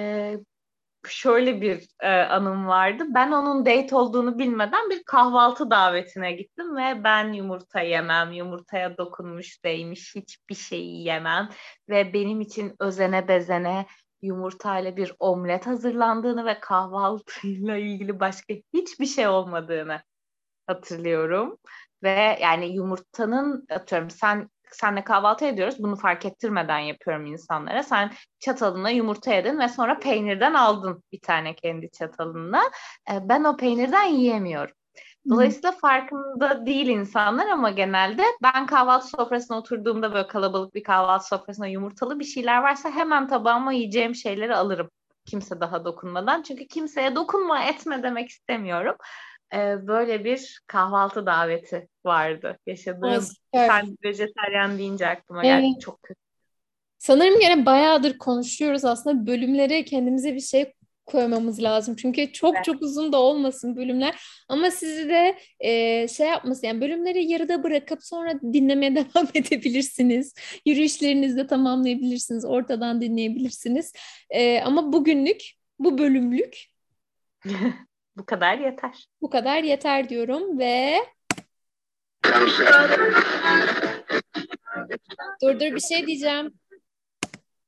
şöyle bir anım vardı. Ben onun date olduğunu bilmeden bir kahvaltı davetine gittim ve ben yumurta yemem, yumurtaya dokunmuş değmiş hiçbir şeyi yemem ve benim için özene bezene yumurtayla bir omlet hazırlandığını ve kahvaltıyla ilgili başka hiçbir şey olmadığını hatırlıyorum. Ve yani yumurtanın atıyorum senle kahvaltı ediyoruz. Bunu fark ettirmeden yapıyorum insanlara. Sen çatalına yumurta yedin ve sonra peynirden aldın bir tane kendi çatalına. Ben o peynirden yiyemiyorum. Hmm. Dolayısıyla farkında değil insanlar ama genelde ben kahvaltı sofrasına oturduğumda böyle kalabalık bir kahvaltı sofrasına yumurtalı bir şeyler varsa hemen tabağıma yiyeceğim şeyleri alırım. Kimse daha dokunmadan. Çünkü kimseye dokunma etme demek istemiyorum. Böyle bir kahvaltı daveti vardı Aa, yaşadığım. süper. Sen vejetaryen deyince aklıma geldi. Evet. Çok kötü. Sanırım gene bayağıdır konuşuyoruz. Aslında bölümlere kendimize bir şey koymamız lazım. Çünkü çok çok uzun da olmasın bölümler. Ama sizi de şey yapmasın. Yani bölümleri yarıda bırakıp sonra dinlemeye devam edebilirsiniz. Yürüyüşlerinizi de tamamlayabilirsiniz. Ortadan dinleyebilirsiniz. Ama bugünlük, bu bölümlük Bu kadar yeter. bu kadar yeter diyorum ve dur bir şey diyeceğim.